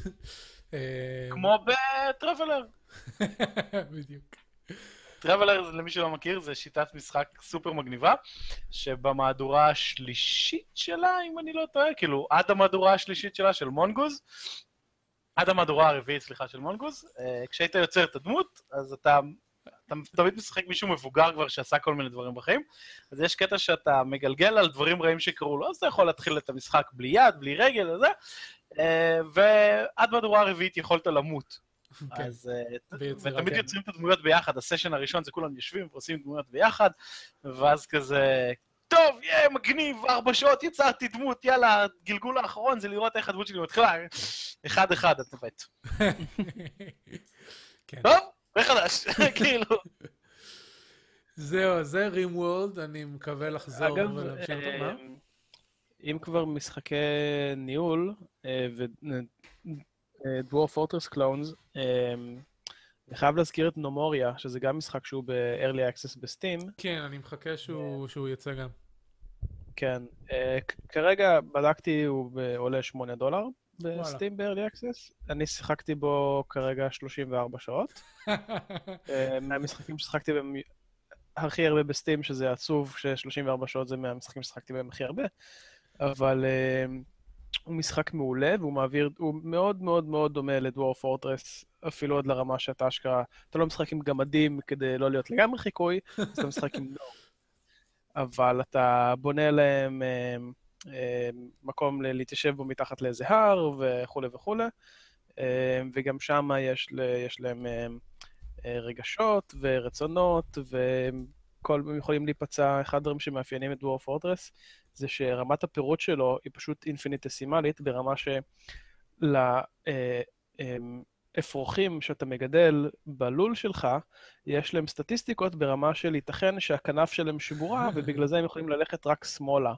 כמו בטרבלר. בדיוק. טרבלר, למי שלא מכיר, זה שיטת משחק סופר מגניבה, שבמהדורה השלישית שלה, אם אני לא טועה, כאילו, עד המהדורה השלישית שלה של מונגוז, עד המהדורה הרביעית, סליחה, של מונגוז, כשהיית יוצר את הדמות, אז אתה, אתה תמיד משחק מישהו מבוגר כבר שעשה כל מיני דברים בחיים, אז יש קטע שאתה מגלגל על דברים רעים שקרו לו, אז אתה יכול להתחיל את המשחק בלי יד, בלי רגל, וזה, ועד מהדורה הרביעית יכולת למות. אז ותמיד יוצרים את הדמויות ביחד, הסשן הראשון זה כולם יושבים ועושים דמויות ביחד, ואז כזה, טוב, יהיה מגניב, ארבע שעות יצרתי דמות, יאללה, גלגול האחרון זה לראות איך הדמות שלי מתחילה, אחד אחד, אתה מת. טוב, מחדש, כאילו. זהו, זה RimWorld, אני מקווה לחזור ולהמשיך אותו, מה? אם כבר משחקי ניהול, דוורף פורטרס קלונס, אני חייב להזכיר את נומוריה, שזה גם משחק שהוא ב-Early Access בסטים. כן, אני מחכה שהוא יצא גם. כן, כרגע בדקתי, הוא עולה שמונה דולר בסטים ב-Early Access. אני שיחקתי בו כרגע שלושים וארבע שעות. מהמשחקים ששיחקתי בהם הכי הרבה בסטים, שזה עצוב ש-שלושים וארבע שעות זה מהמשחקים ששיחקתי בהם הכי הרבה, אבל הוא משחק מעולה, והוא מעביר, הוא מאוד מאוד מאוד דומה לדוורף פורטרס, אפילו עוד לרמה שאתה אשכרה, אתה לא משחק עם גמדים כדי לא להיות לגמרי חיקוי, אז אתה משחק עם נור. אבל אתה בונה להם אה, אה, מקום להתיישב בו מתחת לאיזה הר וכו' וכו', אה, וגם שם יש, יש להם אה, אה, רגשות ורצונות, וכל הם יכולים להיפצע. אחד הדברים שמאפיינים את דוורף פורטרס, זה שרמת הפירוט שלו היא פשוט אינפיניטסימלית, ברמה שלאפרוחים שאתה מגדל בלול שלך, יש להם סטטיסטיקות ברמה של ייתכן שהכנף שלהם שבורה, ובגלל זה הם יכולים ללכת רק שמאלה.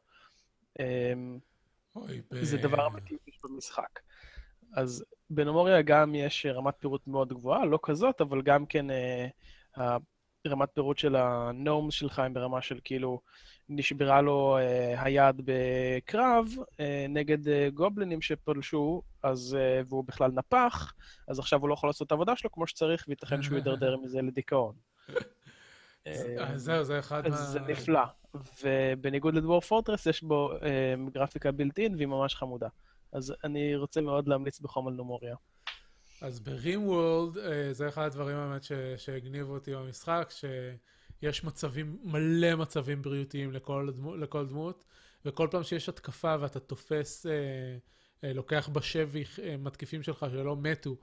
זה דבר אמיתי במשחק. אז בנומוריה גם יש רמת פירוט מאוד גבוהה, לא כזאת, אבל גם כן רמת פירוט של הנורמס שלך הם ברמה של כאילו, נשברה לו uh, היד בקרב uh, נגד uh, גובלינים שפלשו, אז, uh, והוא בכלל נפח, אז עכשיו הוא לא יכול לעשות את העבודה שלו כמו שצריך, וייתכן שהוא ידרדר מזה לדיכאון. זהו, זה אחד מה... אז זה נפלא. ובניגוד לדוורף פורטרס, יש בו uh, גרפיקה בילט-אין, והיא ממש חמודה. אז אני רוצה מאוד להמליץ בחום על נומוריה. אז ב-RimWorld, uh, זה אחד הדברים באמת שהגניבו אותי במשחק, ש... יש מצבים, מלא מצבים בריאותיים לכל, דמו, לכל דמות, וכל פעם שיש התקפה ואתה תופס, אה, אה, לוקח בשבי אה, מתקיפים שלך שלא מתו,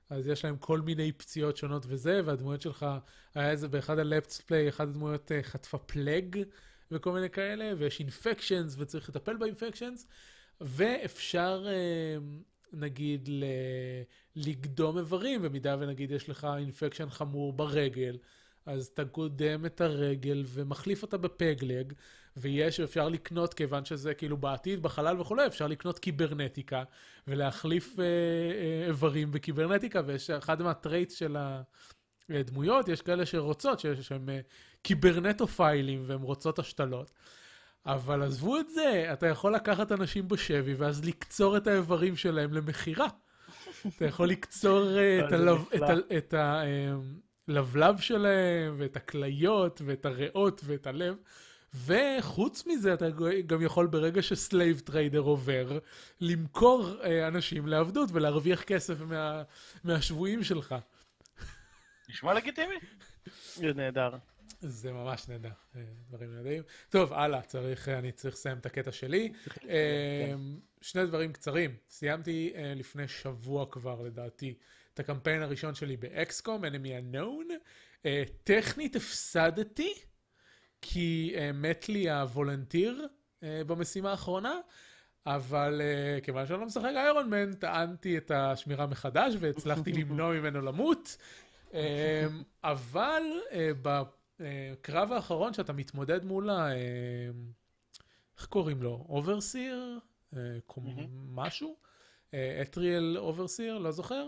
אז יש להם כל מיני פציעות שונות וזה, והדמויות שלך, היה איזה באחד הלפטס פליי, אחד הדמויות uh, חטפה פלג וכל מיני כאלה, ויש אינפקשנס וצריך לטפל באינפקשנס, ואפשר uh, נגיד ל... לגדום איברים, במידה ונגיד יש לך אינפקשן חמור ברגל, אז אתה גודם את הרגל ומחליף אותה בפגלג, ויש, אפשר לקנות, כיוון שזה כאילו בעתיד, בחלל וכו', אפשר לקנות קיברנטיקה, ולהחליף אה, אה, איברים בקיברנטיקה, ויש אחד מהטרייטס של הדמויות, יש כאלה שרוצות, שיש שהם אה, קיברנטופיילים, והן רוצות השתלות. אבל עזבו את זה, אתה יכול לקחת אנשים בשבי, ואז לקצור את האיברים שלהם למחירה. אתה יכול לקצור uh, את הלב... את ה... את ה... לבלב שלהם, ואת הכליות, ואת הריאות, ואת הלב, וחוץ מזה, אתה גם יכול ברגע שסלייב טריידר עובר, למכור אה, אנשים לעבדות, ולהרוויח כסף מה, מהשבויים שלך. נשמע לגיטימי. זה נהדר. זה ממש נהדר, אה, דברים נהדרים. טוב, הלאה, צריך, אני צריך לסיים את הקטע שלי. אה, שני דברים קצרים. סיימתי אה, לפני שבוע כבר, לדעתי, את הקמפיין הראשון שלי באקסקום, Enemy Unknown. Uh, טכנית הפסדתי, כי uh, מת לי הוולנטיר uh, במשימה האחרונה, אבל uh, כיוון שאני לא משחק איירון מן, טענתי את השמירה מחדש, והצלחתי למנוע ממנו למות. Uh, אבל uh, בקרב האחרון שאתה מתמודד מול ה... Uh, איך קוראים לו? אוברסיר? Uh, משהו? אתריאל אוברסיר? לא זוכר?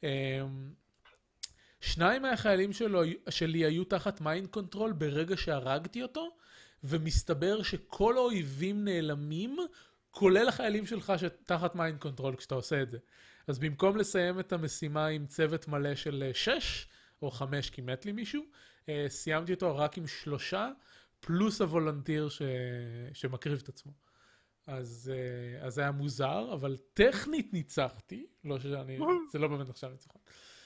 שניים מהחיילים שלו, שלי היו תחת מיינד קונטרול ברגע שהרגתי אותו, ומסתבר שכל האויבים נעלמים, כולל החיילים שלך שתחת מיינד קונטרול כשאתה עושה את זה. אז במקום לסיים את המשימה עם צוות מלא של שש, או חמש, כי מת לי מישהו, סיימתי אותו רק עם שלושה, פלוס הוולנטיר ש... שמקריב את עצמו. אז, אז זה היה מוזר, אבל טכנית ניצחתי, לא שאני, זה לא באמת עכשיו ניצחון.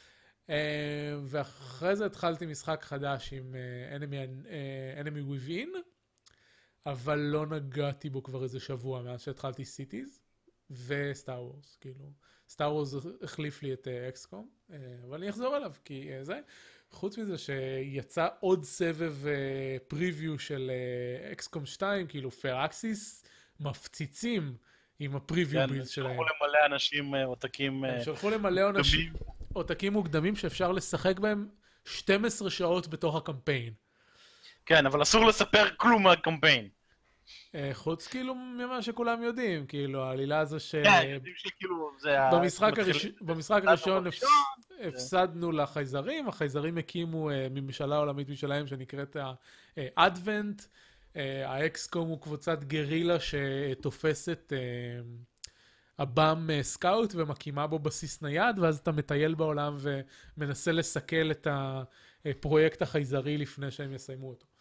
ואחרי זה התחלתי משחק חדש עם Enemy, Enemy Within, אבל לא נגעתי בו כבר איזה שבוע מאז שהתחלתי Cities וסטאר וורס, כאילו, סטאר וורס החליף לי את אקסקום, אבל אני אחזור אליו, כי זה, חוץ מזה שיצא עוד סבב פריוויו של אקסקום שתיים, כאילו פראקסיס, מפציצים עם הפריוויו בילד שלהם. שלחו למלא אנשים עותקים... שלחו למלא אנשים עותקים מוקדמים שאפשר לשחק בהם שתים עשרה שעות בתוך הקמפיין. כן, אבל אסור לספר כלום מהקמפיין. חוץ כאילו ממה שכולם יודעים, כאילו העלילה הזו ש... כן, יודעים שכאילו זה... במשחק הראשון הפסדנו לחייזרים, החייזרים הקימו ממשלה עולמית משלהם שנקראת האדוונט, האקסקום הוא קבוצת גרילה שתופסת הבאם סקאוט ומקימה בו בסיס נייד, ואז אתה מטייל בעולם ומנסה לסכל את הפרויקט החייזרי לפני שהם יסיימו אותו.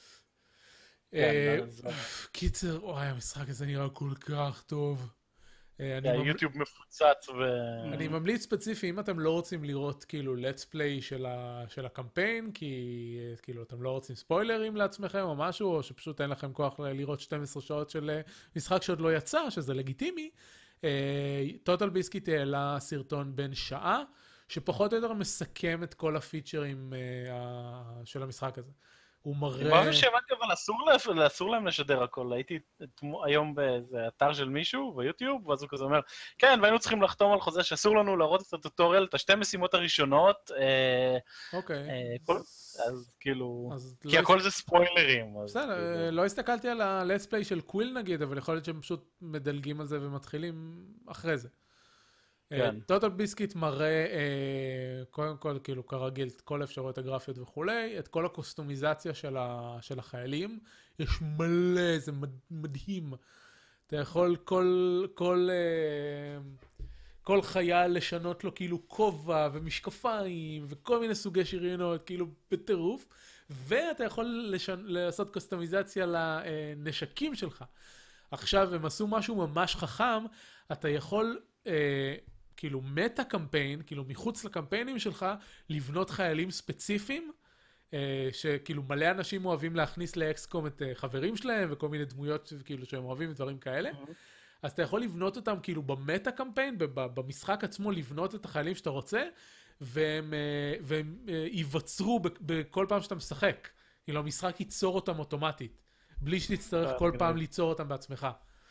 קיצר, אוי, המשחק הזה נראה כל כך טוב. היוטיוב מפוצץ ו... אני ממליץ ספציפי, אם אתם לא רוצים לראות כאילו let's play של הקמפיין, כי כאילו אתם לא רוצים ספוילרים לעצמכם או משהו, או שפשוט אין לכם כוח לראות שתים עשרה שעות של משחק שעוד לא יצא, שזה לגיטימי, טוטל ביסקיט העלה סרטון בן שעה, שפחות או יותר מסכם את כל הפיצ'רים של המשחק הזה. הוא מראה... אני שהבנתי, אבל אסור להם לשדר הכל. הייתי היום באיזה אתר של מישהו ביוטיוב, ואז הוא כזה אומר, כן, והיינו צריכים לחתום על חוזה שאסור לנו להראות את הטוטוריאל, את השתי משימות הראשונות. אוקיי. אז כאילו... כי הכל זה ספוילרים. בסדר, לא הסתכלתי על ה-let's play של קוויל נגיד, אבל יכול להיות שהם פשוט מדלגים על זה ומתחילים אחרי זה. טוטל ביסקיט מראה, קודם כל, כאילו, כרגיל, את כל האפשרויות הגרפיות וכולי, את כל הקוסטומיזציה של החיילים, יש מלא, זה מדהים. אתה יכול כל, כל, כל חייל לשנות לו כאילו כובע ומשקפיים וכל מיני סוגי שריונות, כאילו בטירוף, ואתה יכול לשנ... לעשות קוסטומיזציה לנשקים שלך. עכשיו, הם עשו משהו ממש חכם, אתה יכול... כאילו מטה קמפיין, כאילו מחוץ לקמפיינים שלך, לבנות חיילים ספציפיים, שכאילו מלא אנשים אוהבים להכניס לאקסקום את חברים שלהם, וכל מיני דמויות כאילו שהם אוהבים ודברים כאלה. אז אתה יכול לבנות אותם כאילו במטה קמפיין, במשחק עצמו לבנות את החיילים שאתה רוצה, והם, אה, והם אה, ייווצרו ב- בכל פעם שאתה משחק. כאילו, המשחק ייצור אותם אוטומטית, בלי שתצטרך אה, כל מגניב. פעם ליצור אותם בעצמך.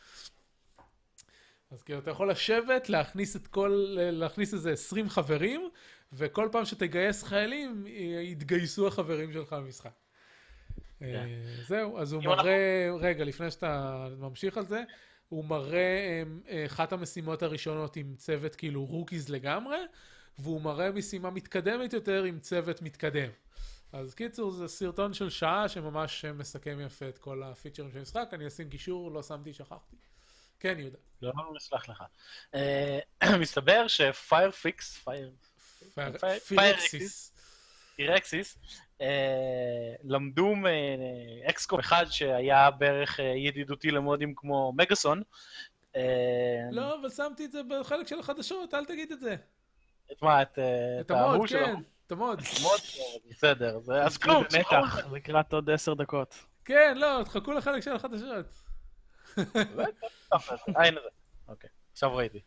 אז כאילו, אתה יכול לשבת, להכניס את כל, להכניס איזה עשרים חברים, וכל פעם שתגייס חיילים, יתגייסו החברים שלך במשחק. אה, זהו, אז הוא אם אנחנו- מראה, רגע, לפני שאתה ממשיך על זה, הוא מראה אה, אחת המשימות הראשונות עם צוות כאילו רוקיז לגמרי, והוא מראה משימה מתקדמת יותר עם צוות מתקדם. אז קיצור, זה סרטון של שעה שממש מסכם יפה את כל הפיצ'רים של המשחק. אני אשים קישור, לא שמתי, שכחתי. כן, יהודה. לא, לא נסלח לך. אה, מסתבר שפיירפיקס, פייר... פייר- פירקסיס. פירקסיס, אה, למדו מאקסקום אחד שהיה בערך אה, ידידותי למודים כמו מגאסון. אה, לא, אבל שמתי את זה בחלק של החדשות, אל תגיד את זה. את מה? את אה, את המוד, ההוא של כן, ההוא? את המוד. מוד? בסדר, זה- אז כלום, במתח, לקראת עוד עשר דקות. כן, לא, תחכו לחלק של החדשות. אה, הנה זה. אוקיי, עכשיו ראיתי.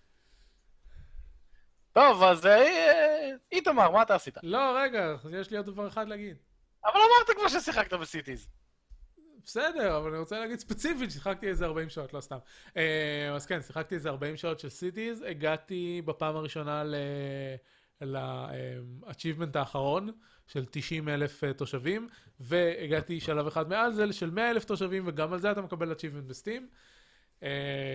טוב, אז אה, איתמר, מה אתה עשית? לא, רגע, יש לי עוד דבר אחד להגיד. אבל אמרת כבר ששיחקת בסיטיז. בסדר, אבל אני רוצה להגיד ספציפית, שיחקתי איזה ארבעים שעות, לא סתם. אה, אז כן, שיחקתי איזה ארבעים שעות של סיטיז, הגעתי בפעם הראשונה ל-achievement האחרון, של תשעים אלף תושבים, והגעתי שלב אחד מעל זה, של מאה אלף תושבים, וגם על זה אתה מקבל achievement בסטים. אה,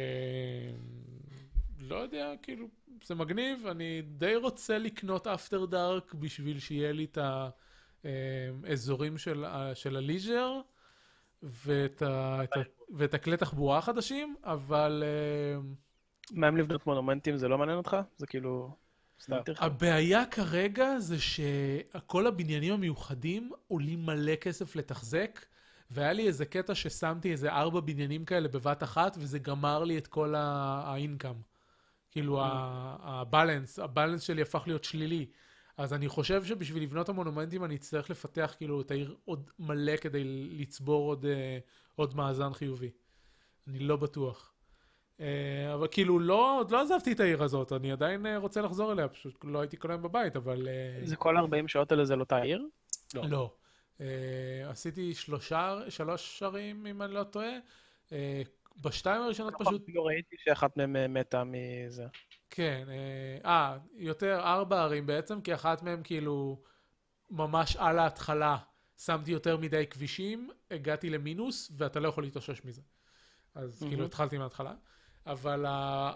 לא יודע, כאילו, זה מגניב, אני די רוצה לקנות אפטר דארק, בשביל שיהיה לי את האזורים של, של הליז'ר, ואת, ה, את ה, ואת הכלי תחבורה החדשים, אבל uh, מה עם לבנות מונומנטים, זה לא מעניין אותך? זה כאילו... סתם תרחב. הבעיה כרגע זה שכל הבניינים המיוחדים עולים מלא כסף לתחזק, והיה לי איזה קטע ששמתי איזה ארבע בניינים כאלה בבת אחת, וזה גמר לי את כל האינקאם. כאילו הבלנס, הבלנס שלי הפך להיות שלילי. אז אני חושב שבשביל לבנות המונומנטים אני אצטרך לפתח כאילו את העיר עוד מלא כדי לצבור עוד, עוד מאזן חיובי. אני לא בטוח. אבל כאילו לא, עוד לא עזבתי את העיר הזאת, אני עדיין רוצה לחזור אליה, פשוט לא הייתי כל היום בבית, אבל... זה כל ארבעים שעות האלה זה על אותה עיר? לא. לא. עשיתי שלושה, שלוש ערים, אם אני לא טועה. בשתיים הראשונות פשוט... לא ראיתי שאחת מהם מתה מזה. כן, אה, יותר ארבע ערים בעצם, כי אחת מהם כאילו ממש על ההתחלה שמתי יותר מדי כבישים, הגעתי למינוס, ואתה לא יכול להתאושש מזה. אז כאילו התחלתי מההתחלה. אבל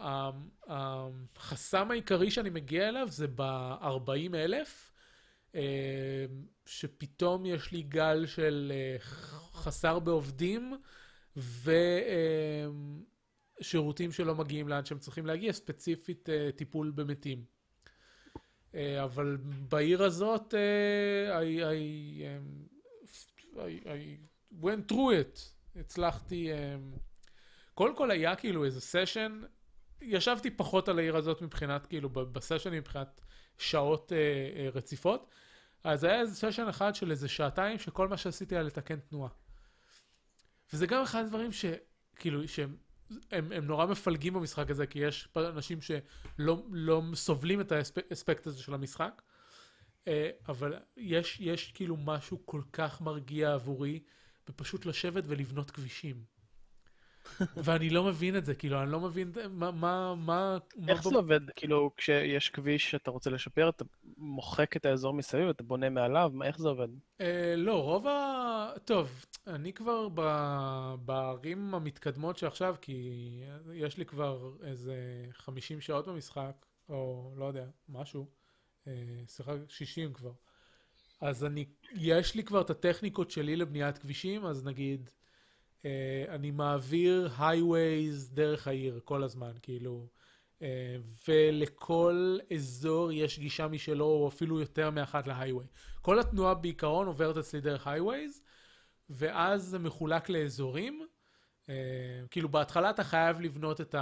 החסם העיקרי שאני מגיע אליו זה ב-ארבעים אלף, שפתאום יש לי גל של חסר בעובדים, ושירותים שלא מגיעים לאן שהם צריכים להגיע, ספציפית טיפול במתים. אבל בעיר הזאת, I, I, I, I went through it. הצלחתי, קודם כל היה כאילו איזה סשן, ישבתי פחות על העיר הזאת מבחינת, כאילו בסשנים מבחינת שעות רציפות, אז היה איזה סשן אחד של איזה שעתיים, שכל מה שעשיתי היה לתקן תנועה. וזה גם אחד הדברים שכאילו, שהם הם, הם נורא מפלגים במשחק הזה, כי יש אנשים שלא לא סובלים את האספקט הזה של המשחק, אבל יש, יש כאילו משהו כל כך מרגיע עבורי, בפשוט לשבת ולבנות כבישים. ואני לא מבין את זה, כאילו, אני לא מבין מה... מה, מה איך מה זה עובד? כאילו, כשיש כביש שאתה רוצה לשפר, אתה מוחק את האזור מסביב, אתה בונה מעליו, מה, איך זה עובד? אה, לא, רוב ה... טוב, אני כבר ב... בערים המתקדמות שעכשיו, כי יש לי כבר איזה חמישים שעות במשחק, או לא יודע, משהו, אה, שיחה שישים כבר. אז אני, יש לי כבר את הטכניקות שלי לבניית כבישים, אז נגיד, אה, אני מעביר הייווייז דרך העיר כל הזמן, כאילו, אה, ולכל אזור יש גישה משלו, או אפילו יותר מאחת להייווי. כל התנועה בעיקרון עוברת אצלי דרך הייווייז, ואז זה מחולק לאזורים. אה, כאילו, בהתחלה אתה חייב לבנות את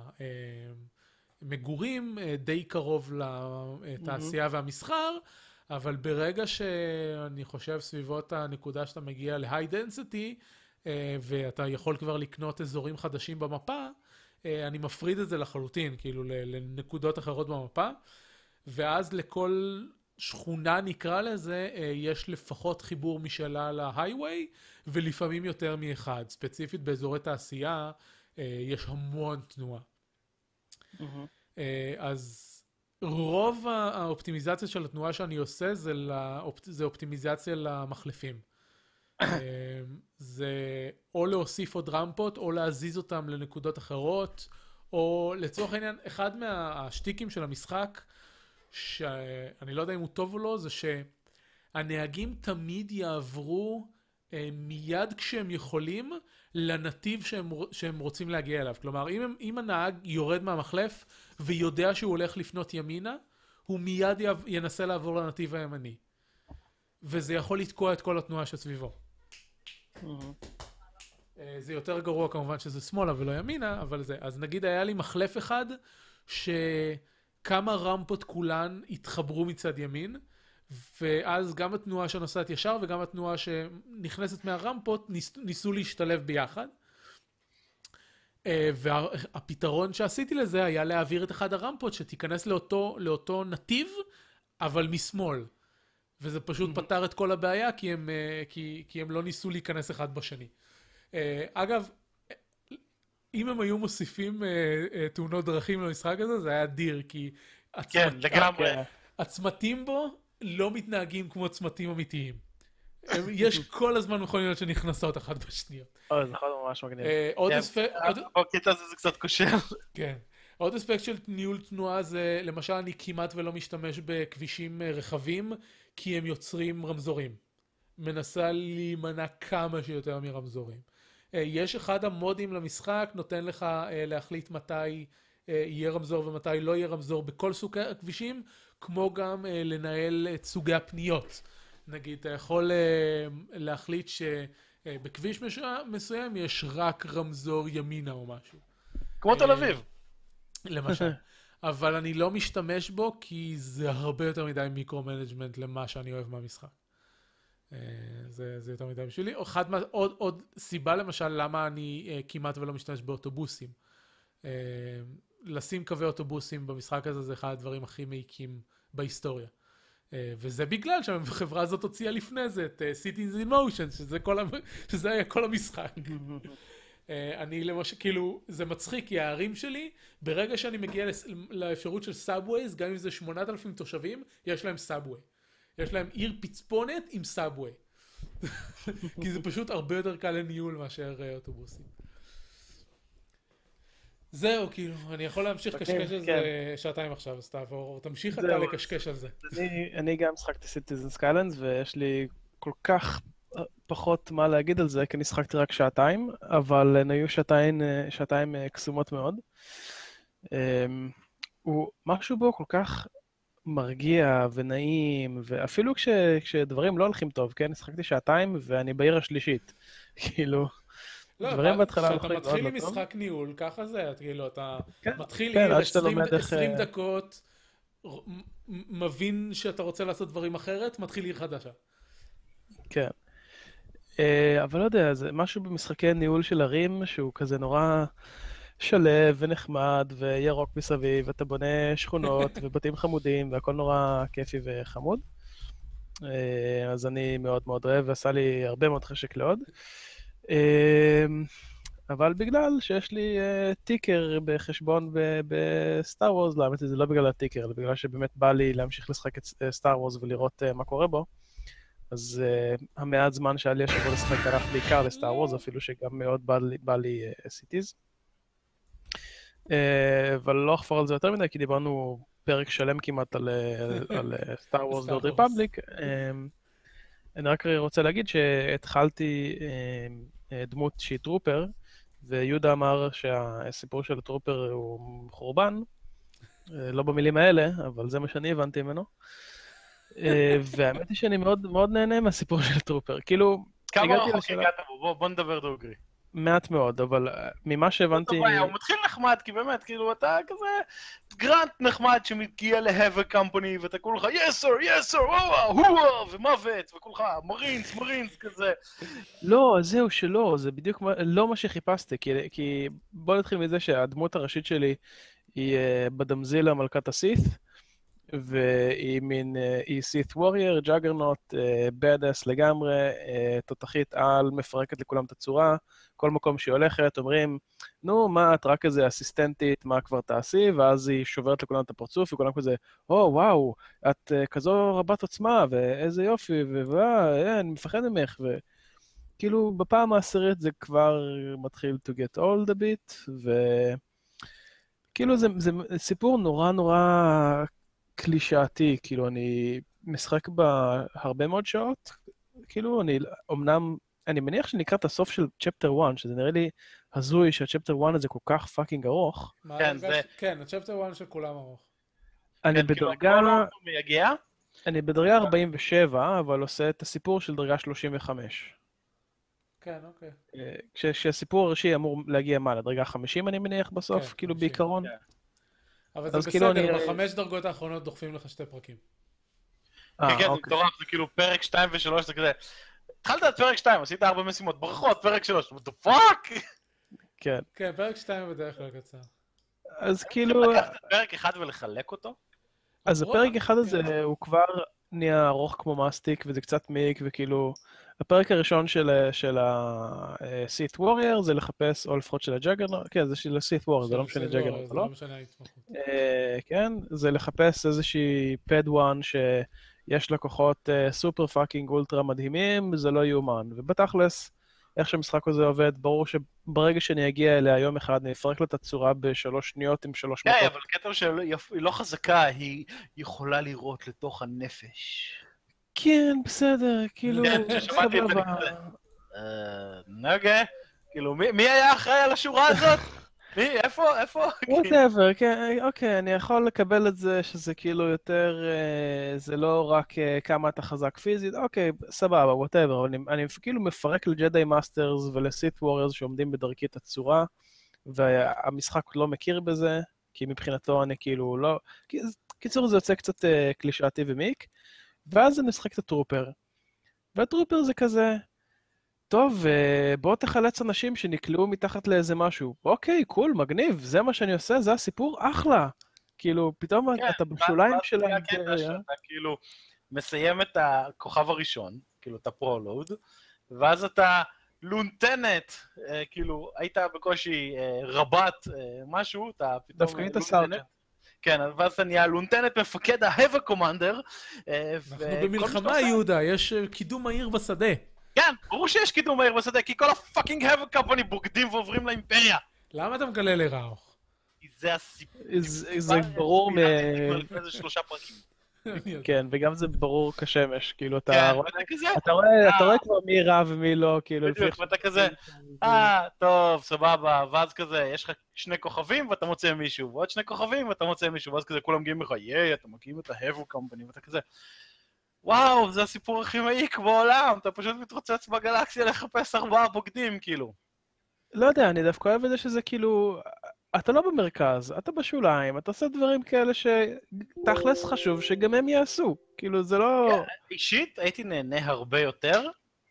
המגורים אה, די קרוב לתעשייה והמסחר, אבל ברגע שאני חושב סביבות הנקודה שאתה מגיע ל-high density, ואתה יכול כבר לקנות אזורים חדשים במפה, אני מפריד את זה לחלוטין, כאילו לנקודות אחרות במפה, ואז לכל שכונה נקרא לזה, יש לפחות חיבור משלה להייווי, ולפעמים יותר מאחד. ספציפית באזורי תעשייה, יש המון תנועה. Mm-hmm. אז רוב האופטימיזציה של התנועה שאני עושה, זה, לאופ... זה אופטימיזציה למחלפים. זה או להוסיף עוד רמפות, או להזיז אותם לנקודות אחרות, או לצורך העניין, אחד מהשטיקים של המשחק, שאני לא יודע אם הוא טוב או לא, זה שהנהגים תמיד יעברו מיד כשהם יכולים לנתיב שהם, שהם רוצים להגיע אליו. כלומר, אם, הם, אם הנהג יורד מהמחלף ויודע שהוא הולך לפנות ימינה, הוא מיד ינסה לעבור לנתיב הימני. וזה יכול לתקוע את כל התנועה שסביבו. זה יותר גרוע כמובן שזה שמאלה ולא ימינה, אבל זה. אז נגיד היה לי מחלף אחד שכמה רמפות כולן התחברו מצד ימין, ואז גם התנועה שנוסעת ישר וגם התנועה שנכנסת מהרמפות ניס, ניסו להשתלב ביחד. והפתרון שעשיתי לזה היה להעביר את אחד הרמפות שתיכנס לאותו, לאותו נתיב, אבל משמאל. וזה פשוט פתר את כל הבעיה, כי הם, כי, כי הם לא ניסו להיכנס אחד בשני. אגב, אם הם היו מוסיפים תאונות דרכים למשחק הזה, זה היה אדיר, כי כן, לגמרי. הצמתים בו לא מתנהגים כמו צמתים אמיתיים. יש כל הזמן מכוניות שנכנסות אחת בשנייה. אוי, זה יכול ממש מגניב. עוד אספקט... בקטע הזה זה קצת קושר. כן. עוד אספקט של ניהול תנועה זה, למשל, אני כמעט ולא משתמש בכבישים רחבים, כי הם יוצרים רמזורים. מנסה להימנע כמה שיותר מרמזורים. יש אחד המודים למשחק, נותן לך להחליט מתי יהיה רמזור ומתי לא יהיה רמזור בכל סוגי הכבישים, כמו גם לנהל את סוגי הפניות. נגיד, אתה יכול להחליט שבכביש מסוים יש רק רמזור ימינה או משהו. כמו תל אביב. למשל. אבל אני לא משתמש בו, כי זה הרבה יותר מדי מיקרו-מנג'מנט למה שאני אוהב מהמשחק. זה, זה יותר מדי בשבילי. עוד, עוד, עוד סיבה למשל למה אני כמעט ולא משתמש באוטובוסים. לשים קווי אוטובוסים במשחק הזה זה אחד הדברים הכי מעיקים בהיסטוריה. וזה בגלל שהחברה הזאת הוציאה לפני זה את Cities in Motion, שזה, כל, שזה היה כל המשחק. אני למשל, כאילו, זה מצחיק, כי הערים שלי, ברגע שאני מגיע לאפשרות של סאבווייז, גם אם זה שמונת אלפים תושבים, יש להם סאבווי. יש להם עיר פצפונת עם סאבווי. כי זה פשוט הרבה יותר קל לניהול מאשר אוטובוסים. זהו, כאילו, אני יכול להמשיך קשקש על זה שעתיים עכשיו, אז תעבור, תמשיך אתה לקשקש על זה. אני גם שחקתי Citizen Skylines, ויש לי כל כך פחות מה להגיד על זה, כי אני שחקתי רק שעתיים, אבל הן היו שעתיים, שעתיים קסומות מאוד. משהו בו כל כך מרגיע ונעים, ואפילו כש, כשדברים לא הולכים טוב, כן? שחקתי שעתיים ואני בעיר השלישית. כאילו, לא, דברים בהתחלה הולכים מאוד לא טוב. כשאתה מתחיל עם משחק ניהול, ככה זה, כאילו, אתה כן, מתחיל כן, עם עשרים, איך... עשרים דקות, מבין שאתה רוצה לעשות דברים אחרת, מתחיל עיר חדשה. כן. אבל לא יודע, זה משהו במשחקי ניהול של ערים, שהוא כזה נורא שלב ונחמד וירוק מסביב, ואתה בונה שכונות ובתים חמודים, והכל נורא כיפי וחמוד. אז אני מאוד מאוד אוהב, ועשה לי הרבה מאוד חשק לעוד. אבל בגלל שיש לי טיקר בחשבון בסטאר וורס, לא, האמת זה לא בגלל הטיקר, אלא בגלל שבאמת בא לי להמשיך לשחק את סטאר וורס ולראות מה קורה בו. אז uh, המעט זמן שהיה לי השבוע לשחק הלך בעיקר לסטאר וורס, אפילו שגם מאוד בא לי, בא לי uh, סיטיז. Uh, אבל לא אחפור על זה יותר מדי, כי דיברנו פרק שלם כמעט על, uh, על סטאר וורס דוד ריפבליק. אני רק רוצה להגיד שהתחלתי uh, uh, דמות שהיא טרופר, ויהודה אמר שהסיפור של הטרופר הוא חורבן, uh, לא במילים האלה, אבל זה מה שאני הבנתי ממנו. והאמת היא שאני מאוד מאוד נהנה מהסיפור של טרופר, כאילו... כמה רחוק הגעת בו? בוא נדבר דוגרי. מעט מאוד, אבל ממה שהבנתי... הוא מתחיל נחמד, כי באמת, כאילו, אתה כזה גרנט נחמד שמגיע להבר קמפני, ואתה כולך, yes sir, yes sir, וואה, וואה, ומוות, וכולך, מרינס, מרינס, כזה. לא, זהו שלא, זה בדיוק לא מה שחיפשתי, כי בוא נתחיל מזה שהדמות הראשית שלי היא בדמזילה מלכת הסית', והיא מין, היא סית וורייר, ג'אגרנוט, בדאס לגמרי, תותחית על, מפרקת לכולם את הצורה, כל מקום שהיא הולכת, אומרים, נו, מה, את רק איזה אסיסטנטית, מה כבר תעשי, ואז היא שוברת לכולם את הפרצוף, וכולם כזה, או, וואו, את כזו רבת עוצמה, ואיזה יופי, וואו, אני מפחד ממך, וכאילו, בפעם העשירית זה כבר מתחיל to get old a bit, וכאילו, זה, זה סיפור נורא נורא קלישאתי, כאילו, אני משחק בה הרבה מאוד שעות, כאילו, אני, אמנם, אני מניח שנקרא את הסוף של צ'פטר אחת, שזה נראה לי הזוי שהצ'פטר אחת הזה כל כך פאקינג ארוך. כן, זה... כן, הצ'פטר אחת של כולם ארוך. אני בדרגה... אני בדרגה ארבעים ושבע, אבל עושה את הסיפור של דרגה שלושים וחמש. כן, אוקיי. כשהסיפור הראשי אמור להגיע מה, לדרגה חמישים אני מניח בסוף, כאילו בעיקרון. אבל זה בסדר, בחמש דרגות האחרונות דוחפים לך שתי פרקים. כן, כן, זה מטורף, זה כאילו פרק שתיים ושלוש, זה כזה... התחלת את פרק שתיים, עשית ארבע משימות, ברכות, פרק שלוש, what the fuck? כן. כן, פרק שתיים בדרך כלל קצר. אז כאילו... לקחת פרק אחד ולחלק אותו? אז הפרק אחד הזה הוא כבר נהיה ארוך כמו מסטיק, וזה קצת מיק, וכאילו... הפרק הראשון של ה-Sith Warrior זה לחפש, או לפחות של הג'אגרנוט, כן, זה של ה-Sith Warrior, זה לא משנה ג'אגרנוט, זה לא משנה ההתמחות. כן, זה לחפש איזושהי פדואן שיש לה כוחות סופר פאקינג אולטרה מדהימים, זה לא יאומן. ובתכלס, איך שהמשחק הזה עובד, ברור שברגע שאני אגיע אליה יום אחד, אני אפרק לה את הצורה בשלוש שניות עם שלוש מכות. כן, אבל קטע שהיא לא חזקה, היא יכולה לראות לתוך הנפש. כן, בסדר, כאילו... כן, ששמעתי את זה נגה, כאילו, מי היה אחראי על השורה הזאת? מי? איפה? איפה? whatever, כן, אוקיי, אני יכול לקבל את זה שזה כאילו יותר, זה לא רק כמה אתה חזק פיזית, אוקיי, סבבה, whatever, אבל אני כאילו מפרק לג'די מאסטרס ולסיט ווריורס שעומדים בדרכי את הצורה, והמשחק לא מכיר בזה, כי מבחינתו אני כאילו לא... קיצור, זה יוצא קצת קלישאתי ומיק, ואז אני משחק את הטרופר. והטרופר זה כזה, טוב, בוא תחלץ אנשים שנקלעו מתחת לאיזה משהו. אוקיי, קול, מגניב, זה מה שאני עושה, זה הסיפור, אחלה. כאילו, פתאום כן, אתה בשוליים של האימפריה. אתה כאילו מסיים את הכוכב הראשון, כאילו את הפרולוד, ואז אתה לונטנט, כאילו, היית בקושי רבת משהו, אתה פתאום... דווקא היית סארג'נט. כן, ואז אתה נהיה לונטנט מפקד ההבה קומנדר. אנחנו במלחמה, יהודה, יש קידום מהיר בשדה. כן, ברור שיש קידום מהיר בשדה, כי כל הפאקינג הבה קמפני בוגדים ועוברים לאימפריה. למה אתה מגלה לרעוך? כי זה הסיפור. זה ברור מ... זה שלושה פרקים. כן, וגם זה ברור כשמש, כאילו אתה רואה כבר מי רע ומי לא, כאילו... בדיוק, ואתה כזה, אה, טוב, סבבה, ואז כזה, יש לך שני כוכבים ואתה מוצא מישהו, ועוד שני כוכבים ואתה מוצא מישהו, ואז כזה כולם גאים לך, ייי, אתה מקים את ההבו קמפני, ואתה כזה, וואו, זה הסיפור הכי מעיק בעולם, אתה פשוט מתרוצץ בגלקסיה לחפש ארבעה בוגדים, כאילו. לא יודע, אני דווקא אוהב את זה שזה כאילו... אתה לא במרכז, אתה בשוליים, אתה עושה דברים כאלה שתכלס חשוב שגם הם יעשו. כאילו, זה לא... אישית, הייתי נהנה הרבה יותר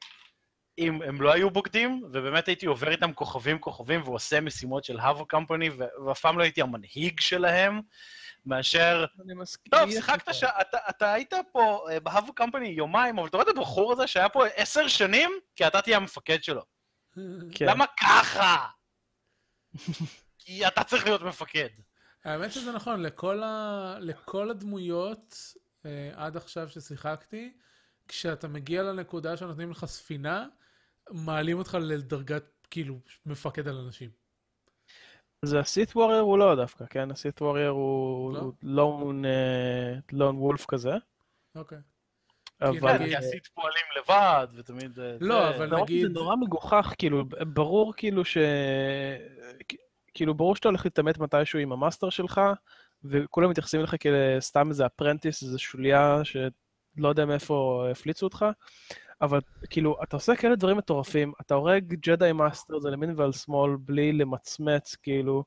אם הם לא היו בוגדים, ובאמת הייתי עובר איתם כוכבים כוכבים ועושה משימות של הוו קמפני, ואף פעם לא הייתי המנהיג שלהם, מאשר... טוב, שיחקת ש... אתה היית פה בהוו קמפני יומיים, אבל אתה רואה את הבחור הזה שהיה פה עשר שנים, כי אתה תהיה המפקד שלו. למה ככה? כי אתה צריך להיות מפקד. האמת שזה נכון, לכל, ה... לכל הדמויות אה, עד עכשיו ששיחקתי, כשאתה מגיע לנקודה שנותנים לך ספינה, מעלים אותך לדרגת, כאילו, מפקד על אנשים. אז הסיט וורייר הוא לא דווקא, כן? הסיט וורייר הוא לון, לון וולף כזה. אוקיי. אבל... כי הסיט פועלים לבד, ותמיד... לא, אבל נגיד... זה נורא מגוחך, כאילו, ברור כאילו ש... כאילו, ברור שאתה הולך להתאמת מתישהו עם המאסטר שלך, וכולם מתייחסים לך כסתם איזה אפרנטיס, איזו שוליה שלא יודע מאיפה הפליצו אותך, אבל כאילו, אתה עושה כאלה דברים מטורפים, אתה הורג ג'די מאסטר, זה למין ועל שמאל, בלי למצמץ, כאילו,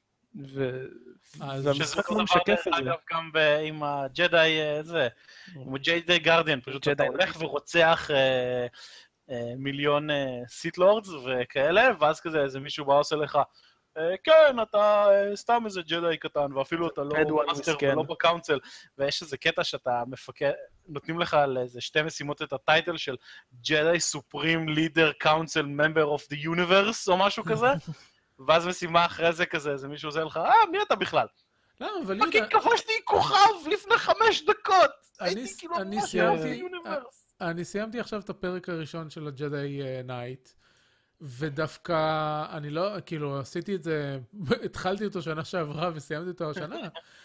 והמשחק לא משקף את זה. אגב, גם עם הג'די, זה, עם הג'די גרדיאן, פשוט אתה הולך ורוצח מיליון סיט לורדס וכאלה, ואז כזה, איזה מישהו בא עושה לך, כן, אתה סתם איזה ג'די קטן, ואפילו אתה לא Padawan מאסטר מסכן. ולא בקאונסל, ויש איזה קטע שאתה מפקד, נותנים לך על איזה שתי משימות את הטייטל של ג'די סופרים לידר קאונסל ממבר אוף דה יוניברס, או משהו כזה, ואז משימה אחרי זה כזה, איזה מישהו עושה לך, אה, מי אתה בכלל? למה, אבל פאקינג יהודה, כבשתי כוכב לפני חמש דקות! אני- הייתי כאילו אני ממש סיימתי- באופי יוניברס. אני סיימתי עכשיו את הפרק הראשון של הג'די נייט, ודווקא אני לא, כאילו, עשיתי את זה, התחלתי אותו שנה שעברה וסיימתי אותו השנה,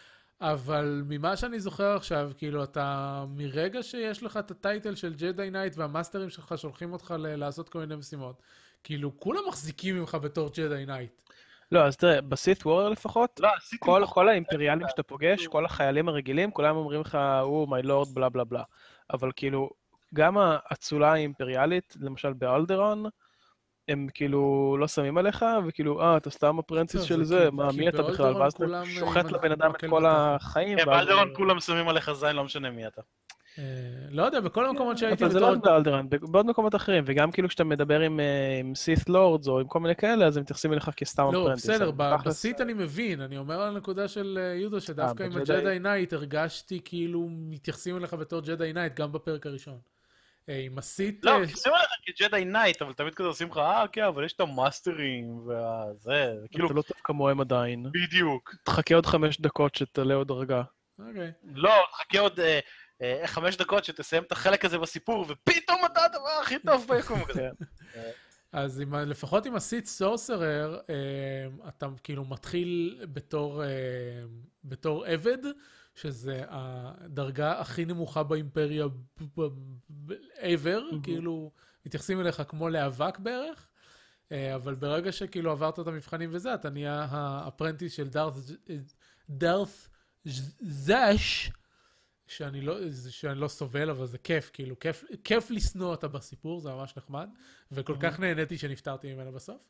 אבל ממה שאני זוכר עכשיו, כאילו, אתה, מרגע שיש לך את הטייטל של ג'די נייט והמאסטרים שלך שולחים אותך ל- לעשות כל מיני משימות, כאילו, כולם מחזיקים ממך בתור ג'די נייט. לא, אז תראה, בסית וורר לפחות, לא, עשיתי כל, פחות. כל האימפריאלים שאתה פוגש, כל החיילים הרגילים, כולם אומרים לך, הוא, מי לורד, בלה בלה בלה. אבל כאילו, גם האצולה האימפריאלית, למשל באלדרון, הם כאילו לא שמים עליך, וכאילו, אה, אתה סתם הפרנציס טוב, של זה זה, כי- מה, כי מי אתה בכלל? באלדרון ואז כולם, אתה אה, שוחט עם לבן אדם את מקל כל בתחת. החיים. כן, ואז- באלדרון כולם שמים עליך זין, לא משנה מי אתה. אה, לא יודע, בכל המקומות שהייתי אבל זה בתור... לא רק באלדרון, בעוד מקומות אחרים, וגם כאילו כשאתה מדבר עם, אה, עם סית לורדס או עם כל מיני כאלה, אז הם מתייחסים אליך כסתם לא, הפרנטיס. בסדר, אבל ב- תכלס, בסית אני מבין, אני אומר על הנקודה של אה, יהודה, שדווקא עם בג'די- הג'די נייט הרגשתי כאילו מתייחסים אליך בתור ג'די נייט, גם בפרק הראשון. אה, עם הסית... לא, אה, תשים עליך כג'די נייט, אבל תמיד כזה עושים לך, אה, כן, אבל יש את המאסטרים, והזה, כאילו, אתה לא טוב כמוהם עדיין. בדיוק. תחכה עוד חמש דקות שתעלה עוד דרגה. אוקיי. לא, תחכה עוד אה, אה, חמש דקות שתסיים את החלק הזה בסיפור, ופתאום אתה הדבר הכי טוב ביקום כזה. כן. אז עם, ה- לפחות עם הסיט סורסרר, אה, אתה כאילו מתחיל בתור, אה, בתור עבד, שזה הדרגה הכי נמוכה באימפריה ב- ב- ב- ever, כאילו מתייחסים אליך כמו לאבק בערך, אה, אבל ברגע שכאילו עברת את המבחנים וזה, אתה נהיה האפרנטיס של דארת, דארת זש, שאני לא, שאני לא סובל, אבל זה כיף, כאילו, כיף, כיף לשנוא אותה בסיפור, זה ממש נחמד, וכל כך נהניתי שנפטרתי ממנה בסוף.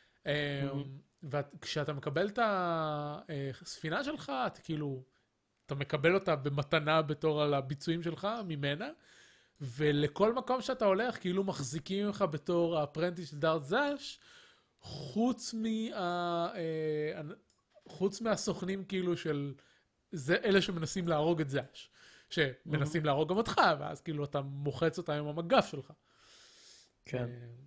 וכשאתה מקבל את הספינה שלך, אתה כאילו, אתה מקבל אותה במתנה בתור על הביצועים שלך ממנה, ולכל מקום שאתה הולך, כאילו מחזיקים ממך בתור האפרנטיס של דארת זש, חוץ מה... חוץ מהסוכנים כאילו של... זה אלה שמנסים להרוג את זש, שמנסים להרוג גם אותך, ואז כאילו אתה מוחץ אותם עם המגף שלך. כן.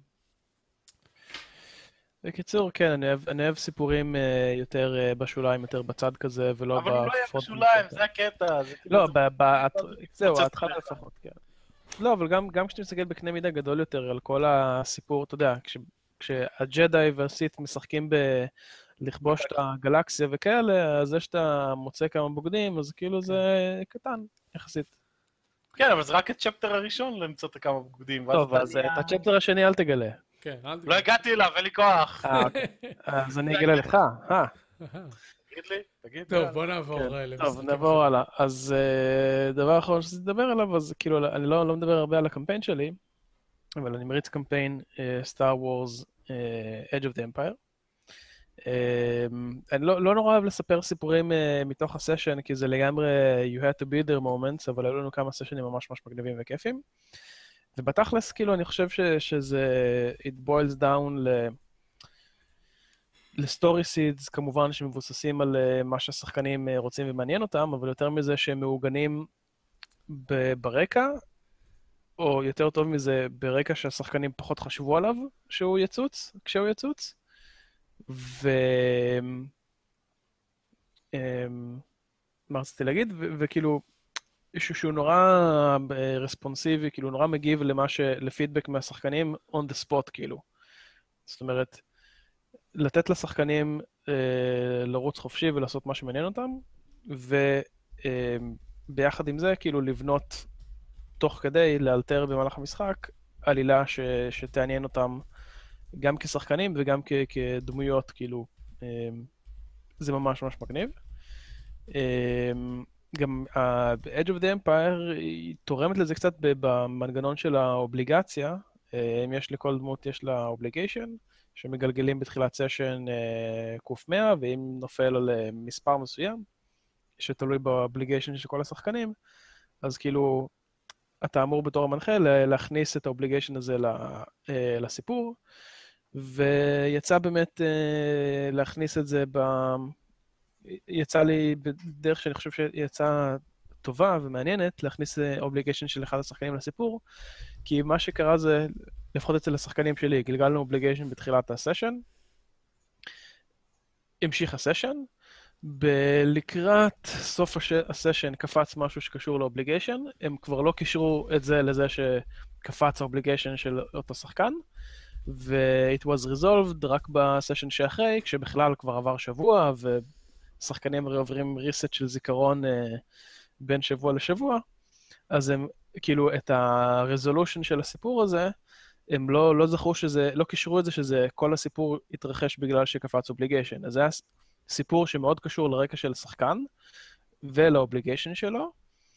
בקיצור, כן, אני אוהב, אני אוהב סיפורים uh, יותר uh, בשוליים, יותר בצד כזה, ולא אבל הוא לא יהיה בפרונט. בשוליים, זה הקטע. זה כאילו- לא, ב- ב- זהו, בצד ההתחלה שלך. לפחות, כן. לא, אבל גם, גם כשאתה מסתכל בקנה מידה גדול יותר על כל הסיפור, אתה יודע, כש, כשהג'די והסיט משחקים ב... לכבוש את הגלקסיה וכאלה, אז זה שאתה מוצא כמה בוגדים, אז כאילו זה קטן, יחסית. כן, אבל זה רק הצ'פטר הראשון למצוא את הכמה בגדים. ואז טוב, אתה אז נהיה- את הצ'פטר השני אל תגלה. כן, אל תגיד. לא הגעתי אליו, אין לי כוח. אה, אוקיי. אז אני אגלה לך, אה. תגיד לי, תגיד. טוב, יאללה. בוא נעבור כן. אה, טוב, למשחקים נעבור הלאה. אז אה, דבר אחרון שרציתי לדבר עליו, אז כאילו, אני לא לא מדבר הרבה על הקמפיין שלי, אבל אני מריץ קמפיין סטאר וורס Edge of the Empire. אה, אני לא לא נורא אוהב לספר סיפורים אה, מתוך הסשן, כי זה לגמרי you had to be there moments, אבל היו לנו כמה סשנים ממש ממש מגניבים וכיפים. ובתכלס, כאילו, אני חושב ש- שזה it boils down ל... לסטורי סידס, כמובן שמבוססים על uh, מה שהשחקנים uh, רוצים ומעניין אותם, אבל יותר מזה שהם מעוגנים ב- ברקע, או יותר טוב מזה, ברקע שהשחקנים פחות חשבו עליו שהוא יצוץ, כשהוא יצוץ. ו... Um, מה רציתי להגיד? ו- וכאילו, איזשהו שהוא נורא רספונסיבי, כאילו נורא מגיב למה ש... לפידבק מהשחקנים on the spot, כאילו. זאת אומרת, לתת לשחקנים אה, לרוץ חופשי ולעשות מה שמעניין אותם, וביחד עם זה, כאילו לבנות תוך כדי, לאלתר במהלך המשחק, עלילה ש... שתעניין אותם גם כשחקנים וגם כ... כדמויות, כאילו, אה, זה ממש ממש מגניב. אה, גם ה-Edge of the Empire היא תורמת לזה קצת במנגנון של האובליגציה. אה, אם יש לכל דמות, יש לה obligation, שמגלגלים בתחילת סשן קוף מאה, ואם נופל על uh, מספר מסוים, שתלוי באובליגיישן של כל השחקנים, אז כאילו, אתה אמור בתור המנחה להכניס את האובליגיישן הזה לסיפור, ויצא באמת uh, להכניס את זה ב... יצא לי בדרך שאני חושב שיצאה טובה ומעניינת, להכניס אובליגיישן של אחד השחקנים לסיפור, כי מה שקרה זה, לפחות אצל השחקנים שלי, גלגלנו אובליגיישן בתחילת הסשן, המשיך הסשן, לקראת סוף הסשן קפץ משהו שקשור לאובליגיישן, הם כבר לא קישרו את זה לזה שקפץ האובליגיישן של אותו שחקן, ו-it was resolved רק בסשן שאחרי, כשבכלל כבר עבר שבוע, ושחקנים עוברים reset של זיכרון בין שבוע לשבוע, אז הם, כאילו, את ה-resolution של הסיפור הזה, הם לא, לא זכרו שזה, לא קישרו את זה שזה, כל הסיפור התרחש בגלל שקפץ אובליגיישן. אז זה היה סיפור שמאוד קשור לרקע של שחקן, ולאובליגיישן שלו,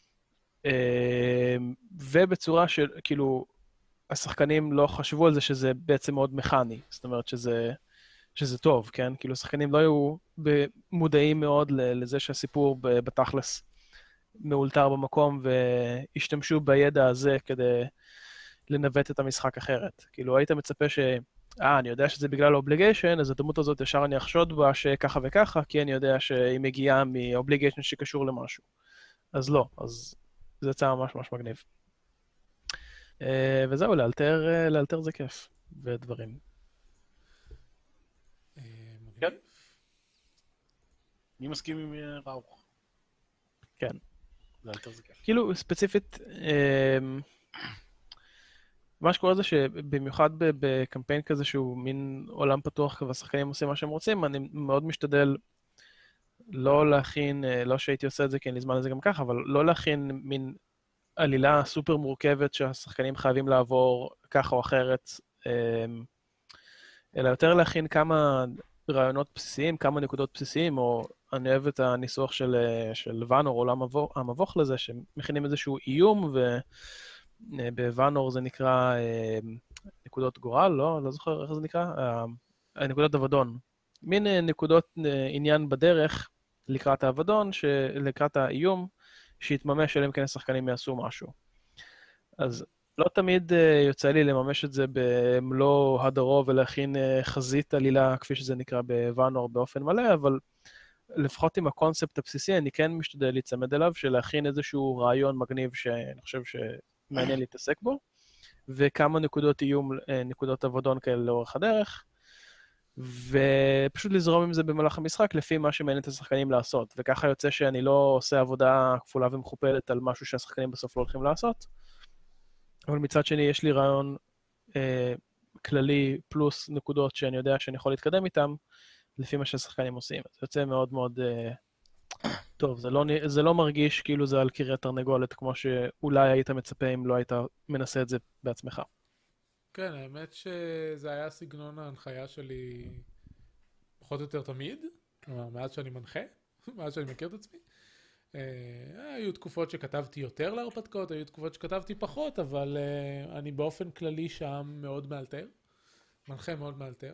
ובצורה של, כאילו, השחקנים לא חשבו על זה שזה בעצם מאוד מכני, זאת אומרת שזה, שזה טוב, כן? כאילו, השחקנים לא היו מודעים מאוד לזה שהסיפור בתכלס מאולתר במקום, והשתמשו בידע הזה כדי לנווט את המשחק אחרת. כאילו, היית מצפה ש... אה, אני יודע שזה בגלל האובליגיישן, אז הדמות הזאת ישר אני אחשוד בה שככה וככה, כי אני יודע שהיא מגיעה מאובליגיישן שקשור למשהו. אז לא, אז זה יצא ממש ממש מגניב. וזהו, לאלתר, לאלתר זה כיף, ודברים. כן. אני מסכים עם ראוך. כן. לאלתר זה כיף. כאילו, ספציפית, מה שקורה זה שבמיוחד בקמפיין כזה שהוא מין עולם פתוח והשחקנים עושים מה שהם רוצים, אני מאוד משתדל לא להכין, לא שהייתי עושה את זה כי אין לי זמן לזה גם ככה, אבל לא להכין מין עלילה סופר מורכבת שהשחקנים חייבים לעבור ככה או אחרת, אלא יותר להכין כמה רעיונות בסיסיים, כמה נקודות בסיסיים, או אני אוהב את הניסוח של, של ואנור, עולם המבוך לזה, שמכינים איזשהו איום, ובוואנור זה נקרא נקודות גורל, לא? לא זוכר איך זה נקרא? נקודות אבדון. מין נקודות עניין בדרך לקראת האבדון, לקראת האיום, שיתממש אליהם כן השחקנים יעשו משהו. אז לא תמיד יוצא לי לממש את זה במלוא הדרו ולהכין חזית עלילה, כפי שזה נקרא בוואנור באופן מלא, אבל לפחות עם הקונספט הבסיסי, אני כן משתדל להצמד אליו, של להכין איזשהו רעיון מגניב שאני חושב שמעניין להתעסק בו, וכמה נקודות איום, נקודות עבודון כאלה לאורך הדרך, ופשוט לזרום עם זה במהלך המשחק לפי מה שמעניין את השחקנים לעשות, וככה יוצא שאני לא עושה עבודה כפולה ומכופלת על משהו שהשחקנים בסוף לא הולכים לעשות, אבל מצד שני יש לי רעיון אה, כללי פלוס נקודות שאני יודע שאני יכול להתקדם איתם, לפי מה שהשחקנים עושים. זה יוצא מאוד מאוד אה, טוב, זה לא, זה לא מרגיש כאילו זה על קריית תרנגולת, כמו שאולי היית מצפה אם לא היית מנסה את זה בעצמך. כן, האמת שזה היה סגנון ההנחיה שלי פחות או יותר תמיד, כלומר, מאז שאני מנחה, מאז שאני מכיר את עצמי. היו תקופות שכתבתי יותר להרפתקאות, היו תקופות שכתבתי פחות, אבל אני באופן כללי שם מאוד מאלתר, מנחה מאוד מאלתר.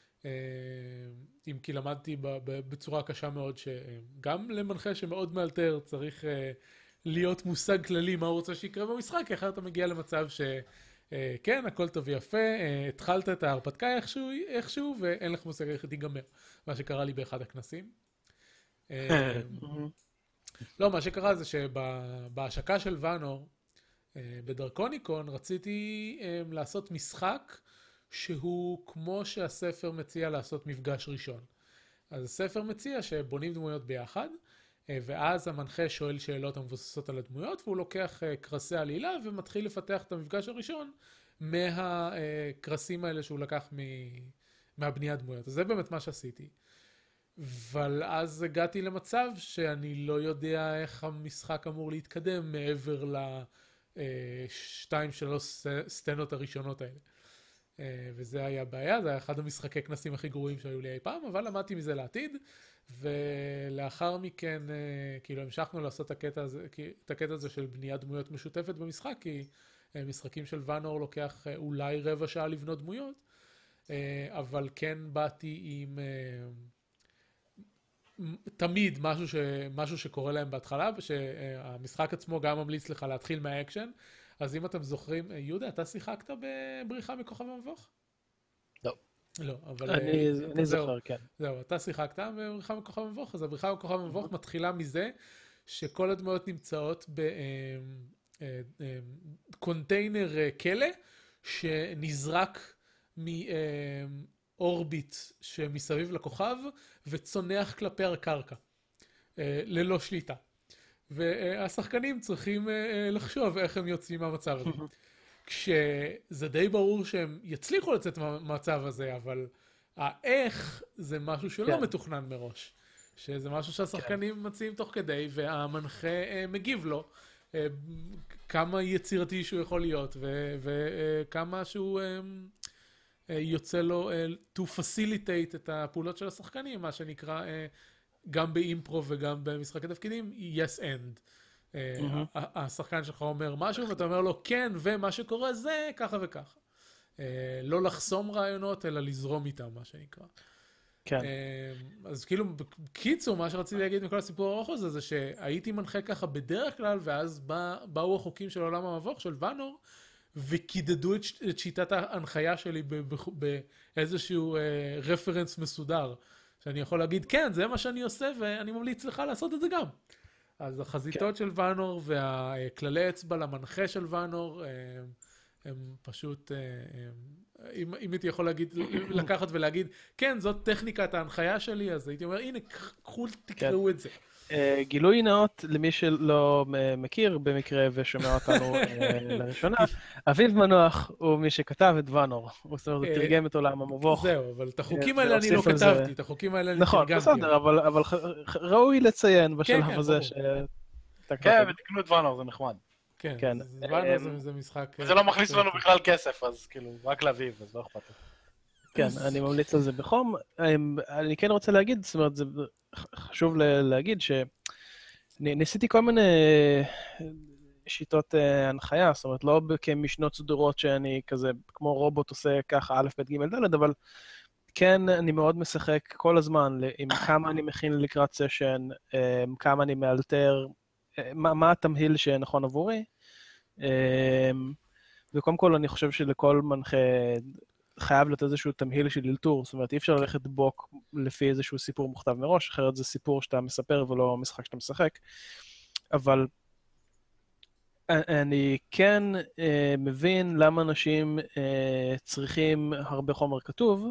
אם כי למדתי בצורה קשה מאוד שגם למנחה שמאוד מאלתר צריך להיות מושג כללי מה הוא רוצה שיקרה במשחק, כי אחרת אתה מגיע למצב ש... כן, הכל טוב ויפה, התחלת את ההרפתקה איכשהו, איכשהו ואין לך מושג איך תיגמר, מה שקרה לי באחד הכנסים. לא, מה שקרה זה שבהשקה של ואנור, בדרקוניקון, רציתי לעשות משחק שהוא כמו שהספר מציע לעשות מפגש ראשון. אז הספר מציע שבונים דמויות ביחד, ואז המנחה שואל שאלות המבוססות על הדמויות, והוא לוקח קרסי עלילה ומתחיל לפתח את המפגש הראשון מהקרסים האלה שהוא לקח מהבניית דמויות. אז זה באמת מה שעשיתי. אבל אז הגעתי למצב שאני לא יודע איך המשחק אמור להתקדם מעבר לשתיים שלוש סצנות הראשונות האלה. וזה היה בעיה, זה היה אחד המשחקי כנסים הכי גרועים שהיו לי אי פעם, אבל למדתי מזה לעתיד, ולאחר מכן, כאילו, המשכנו לעשות את הקטע הזה, את הקטע הזה של בניית דמויות משותפת במשחק, כי משחקים של ואנור לוקח אולי רבע שעה לבנות דמויות, אבל כן באתי עם תמיד משהו, ש, משהו שקורה להם בהתחלה, שהמשחק עצמו גם ממליץ לך להתחיל מהאקשן, אז אם אתם זוכרים, יהודה, אתה שיחקת בבריחה מכוכב המבוך? לא. לא, אבל... אני אה, אני זהו, זוכר, כן. זהו, אתה שיחקת בבריחה מכוכב מבוך, אז הבריחה מכוכב מבוך מתחילה מזה שכל הדמויות נמצאות בקונטיינר כלא שנזרק מאורביט שמסביב לכוכב וצונח כלפי הקרקע, ללא שליטה. והשחקנים צריכים לחשוב איך הם יוצאים מהמצב הזה. כשזה די ברור שהם יצליחו לצאת מהמצב הזה, אבל האיך זה משהו שלא מתוכנן מראש. שזה משהו שהשחקנים מציעים תוך כדי, והמנחה מגיב לו כמה יצירתי שהוא יכול להיות, וכמה שהוא יוצא לו to facilitate את הפעולות של השחקנים, מה שנקרא גם באימפרו וגם במשחקי תפקידים, yes and. השחקן שלך אומר משהו ואתה אומר לו כן, ומה שקורה זה ככה וככה. לא לחסום רעיונות אלא לזרום איתם, מה שנקרא. כן. אז כאילו קיצור, מה שרציתי להגיד מכל הסיפור הארוך הזה זה שהייתי מנחה ככה בדרך כלל, ואז באו החוקים של עולם המבוך של ואנור וקידדו את שיטת ההנחיה שלי באיזשהו רפרנס מסודר, שאני יכול להגיד כן, זה מה שאני עושה ואני ממליץ לך לעשות את זה גם. אז החזיתות של ואנור והכללי אצבע למנחה של ואנור הם פשוט, אם, אם הייתי יכול להגיד, לקחת ולהגיד, כן, זאת טכניקת ההנחיה שלי, אז הייתי אומר, הנה, קחו, תקראו את זה. גילוי נאות למי שלא מכיר במקרה ושומע אותנו לראשונה, אביב מנוח הוא מי שכתב את ואנור, הוא תרגם את עולם המבוך. זהו, אבל את החוקים האלה אני לא כתבתי, את החוקים האלה אני תרגמתי. נכון, בסדר, אבל ראוי לציין בשלב הזה ש... כן, ותקנו את ואנור, זה נחמד. כן, ואנור זה משחק... זה לא מכניס לנו בכלל כסף, אז כאילו, רק לאביב, אז לא אכפת לי. כן, אני ממליץ על זה בחום. אני כן רוצה להגיד, זאת אומרת, זה חשוב להגיד שניסיתי כל מיני שיטות הנחיה, זאת אומרת, לא כמשנות סדורות שאני כזה, כמו רובוט עושה ככה א', ב', ג', ד', אבל כן, אני מאוד משחק כל הזמן עם כמה אני מכין לקראת סשן, כמה אני מאלתר, מה, מה התמהיל שנכון עבורי. וקודם כל, אני חושב שלכל מנחה חייב להיות איזשהו תמהיל של אלתור, זאת אומרת, אי אפשר ללכת בוק לפי איזשהו סיפור מוכתב מראש, אחרת זה סיפור שאתה מספר ולא משחק שאתה משחק. אבל אני כן אה, מבין למה אנשים אה, צריכים הרבה חומר כתוב,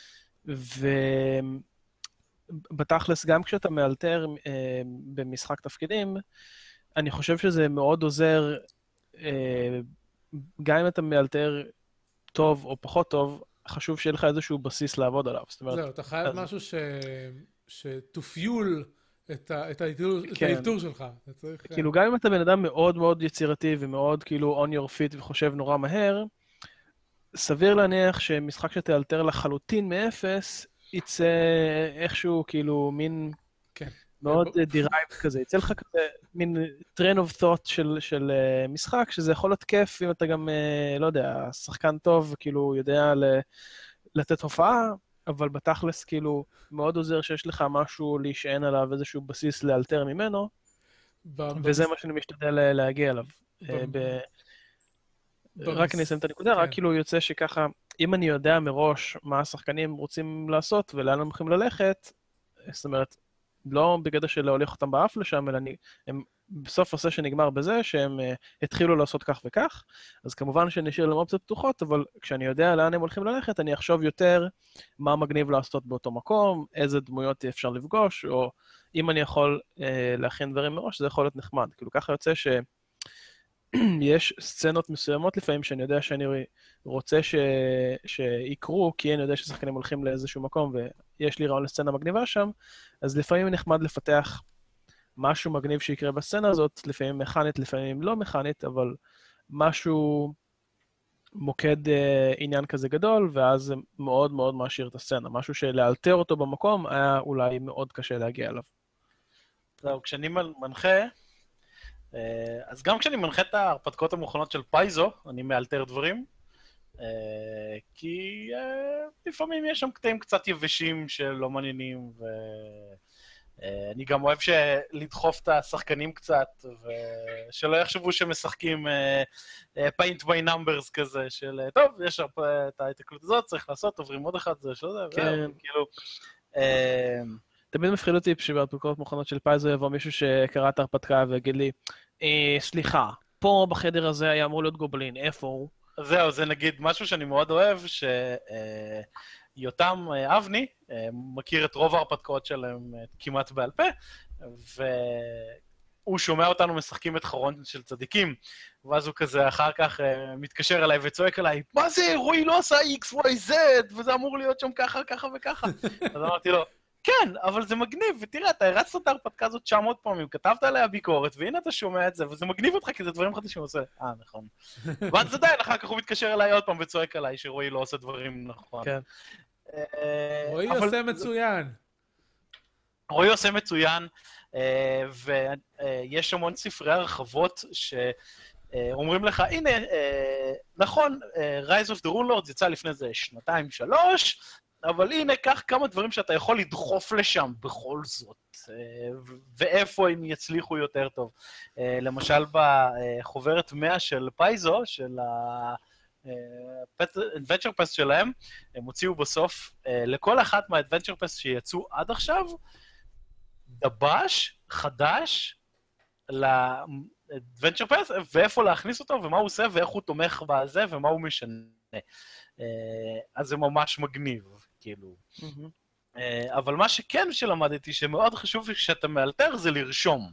ובתכלס גם כשאתה מאלתר אה, במשחק תפקידים, אני חושב שזה מאוד עוזר, אה, גם אם אתה מאלתר טוב או פחות טוב, חשוב שיהיה לך איזשהו בסיס לעבוד עליו. זהו, אתה חייב משהו שתופיול את האלתור שלך. כאילו, גם אם אתה בן אדם מאוד מאוד יצירתי ומאוד כאילו on your feet וחושב נורא מהר, סביר להניח שמשחק שתאלתר לחלוטין מאפס, יצא איכשהו כאילו מין מאוד derived כזה. יצא לך כזה מין train of thought של משחק, שזה יכול להיות כיף אם אתה גם, לא יודע, שחקן טוב, כאילו יודע לתת הופעה, אבל בתכלס כאילו מאוד עוזר שיש לך משהו להישען עליו, איזשהו בסיס לאלתר ממנו, וזה מה שאני משתדל להגיע אליו. רק אני אסיים את הנקודה, רק כאילו יוצא שככה, אם אני יודע מראש מה השחקנים רוצים לעשות ולאן הם הולכים ללכת, זאת אומרת, לא בגדר של להוליך אותם באף לשם, אלא הם בסוף עושה שנגמר בזה שהם התחילו לעשות כך וכך, אז כמובן שנשאיר להם אופציות פתוחות, אבל כשאני יודע לאן הם הולכים ללכת, אני אחשוב יותר מה מגניב לעשות באותו מקום, איזה דמויות אפשר לפגוש, או אם אני יכול אה, להכין דברים מראש, זה יכול להיות נחמד. כאילו ככה יוצא שיש סצנות מסוימות לפעמים שאני יודע שאני רוצה ש... שיקרו, כי אני יודע ששחקנים הולכים לאיזשהו מקום ויש לי רעיון לסצנה מגניבה שם, אז לפעמים נחמד לפתח משהו מגניב שיקרה בסצנה הזאת, לפעמים מכנית, לפעמים לא מכנית, אבל משהו מוקד אה, עניין כזה גדול, ואז זה מאוד מאוד מעשיר את הסצנה. משהו שלאלתר אותו במקום היה אולי מאוד קשה להגיע אליו. זהו, כשאני מנחה, אז גם כשאני מנחה את ההרפתקאות המוכנות של פייזו, אני מאלתר דברים, כי לפעמים יש שם קטעים קצת יבשים שלא מעניינים, אני גם אוהב לדחוף את השחקנים קצת, ושלא יחשבו שמשחקים paint by numbers כזה, של טוב, יש את ההתקלות הזאת, צריך לעשות, עוברים עוד אחד, זה שזה, כן. כאילו... תמיד מפחיד אותי שבהרפתקאות מוכנות של פייזו יבוא מישהו שקרא את ההרפתקה ויגיד לי, סליחה, פה בחדר הזה היה אמור להיות גובלין, איפה הוא? זהו, זה נגיד משהו שאני מאוד אוהב, שיותם אבני מכיר את רוב ההרפתקאות שלהם כמעט בעל פה, והוא שומע אותנו משחקים את חרון של צדיקים, ואז הוא כזה אחר כך מתקשר אליי וצועק אליי, מה זה, רועי לא עשה איקס וואי זד, וזה אמור להיות שם ככה, ככה וככה. אז אמרתי לו, כן, אבל זה מגניב, ותראה, אתה הרצת את ההרפתקה הזאת תשע מאות פעמים, כתבת עליה ביקורת, והנה אתה שומע את זה, וזה מגניב אותך, כי זה דברים חדשים עושה. אה, נכון. ואז עדיין, אחר כך הוא מתקשר אליי עוד פעם וצועק עליי, שרועי לא עושה דברים נכון. כן. רועי עושה מצוין. רועי עושה מצוין, ויש המון ספרי הרחבות שאומרים לך, הנה, נכון, Rise of the Runelords יצא לפני זה שנתיים, שלוש, אבל הנה, קח כמה דברים שאתה יכול לדחוף לשם בכל זאת, ואיפה הם יצליחו יותר טוב. למשל, בחוברת מאה של פייזו, של ה-Adventure Pass שלהם, הם הוציאו בסוף, לכל אחת מה-Adventure Pass שיצאו עד עכשיו, דבש חדש ל-Adventure Pass, ואיפה להכניס אותו, ומה הוא עושה, ואיך הוא תומך בזה, ומה הוא משנה. אז זה ממש מגניב, כאילו. אבל מה שכן שלמדתי, שמאוד חשוב שאתה מאלתר, זה לרשום.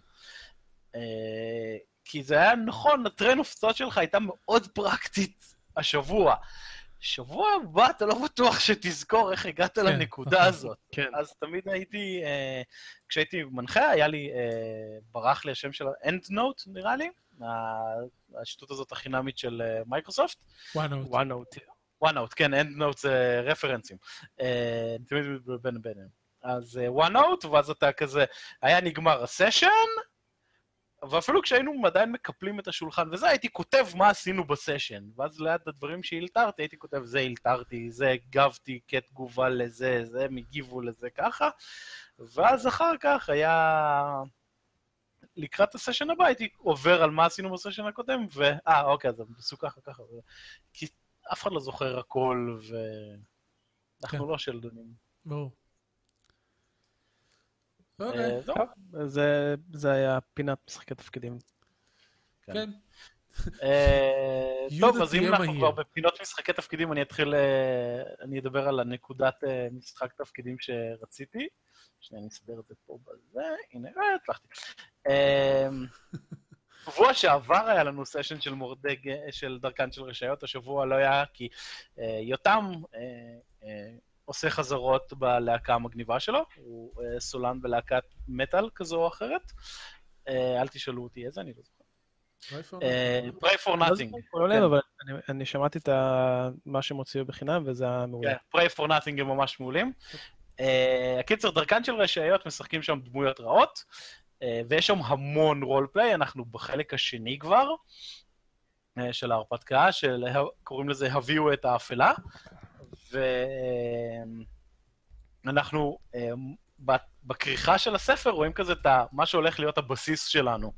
כי זה היה נכון, הטרן אופצות שלך הייתה מאוד פרקטית השבוע. שבוע הבא אתה לא בטוח שתזכור איך הגעת לנקודה הזאת. אז תמיד הייתי, כשהייתי מנחה, היה לי, ברח לי השם של EndNote, נראה לי, השטות הזאת החינמית של מייקרוסופט. OneNote. OneNote. OneNote, כן, EndNote זה רפרנסים. תמיד בין ביניהם. אז OneNote, ואז אתה כזה, היה נגמר הסשן, ואפילו כשהיינו עדיין מקפלים את השולחן וזה, הייתי כותב מה עשינו בסשן, ואז ליד הדברים שהילתרתי, הייתי כותב, זה הילתרתי, זה הגבתי כתגובה לזה, זה מגיבו לזה ככה, ואז אחר כך היה... לקראת הסשן הבא, הייתי עובר על מה עשינו בסשן הקודם, ו... אה, אוקיי, אז עשו ככה, ככה, ו... כי אף אחד לא זוכר הכל, ואנחנו לא שלדונים. ברור. זה היה פינת משחקי תפקידים. כן. טוב, אז אם אנחנו כבר בפינות משחקי תפקידים, אני אתחיל, אני אדבר על הנקודת משחק תפקידים שרציתי. שנייה, אני אסדר את זה פה בזה. הנה, הצלחתי. שבוע שעבר היה לנו סשן של מורדג, של דרכן של רשעיות, השבוע לא היה, כי יותם עושה חזרות בלהקה המגניבה שלו, הוא סולן בלהקת מטל כזו או אחרת. אל תשאלו אותי איזה, אני לא זוכר. Pray for Nothing. אבל אני שמעתי את מה שהם הוציאו בחינם, וזה היה מעולה. Pray for Nothing הם ממש מעולים. הקיצר, דרכן של רשעיות משחקים שם דמויות רעות, ויש שם המון רולפליי, אנחנו בחלק השני כבר, של ההרפתקה, שקוראים לזה הביאו את האפלה, ואנחנו בכריכה של הספר רואים כזה את מה שהולך להיות הבסיס שלנו,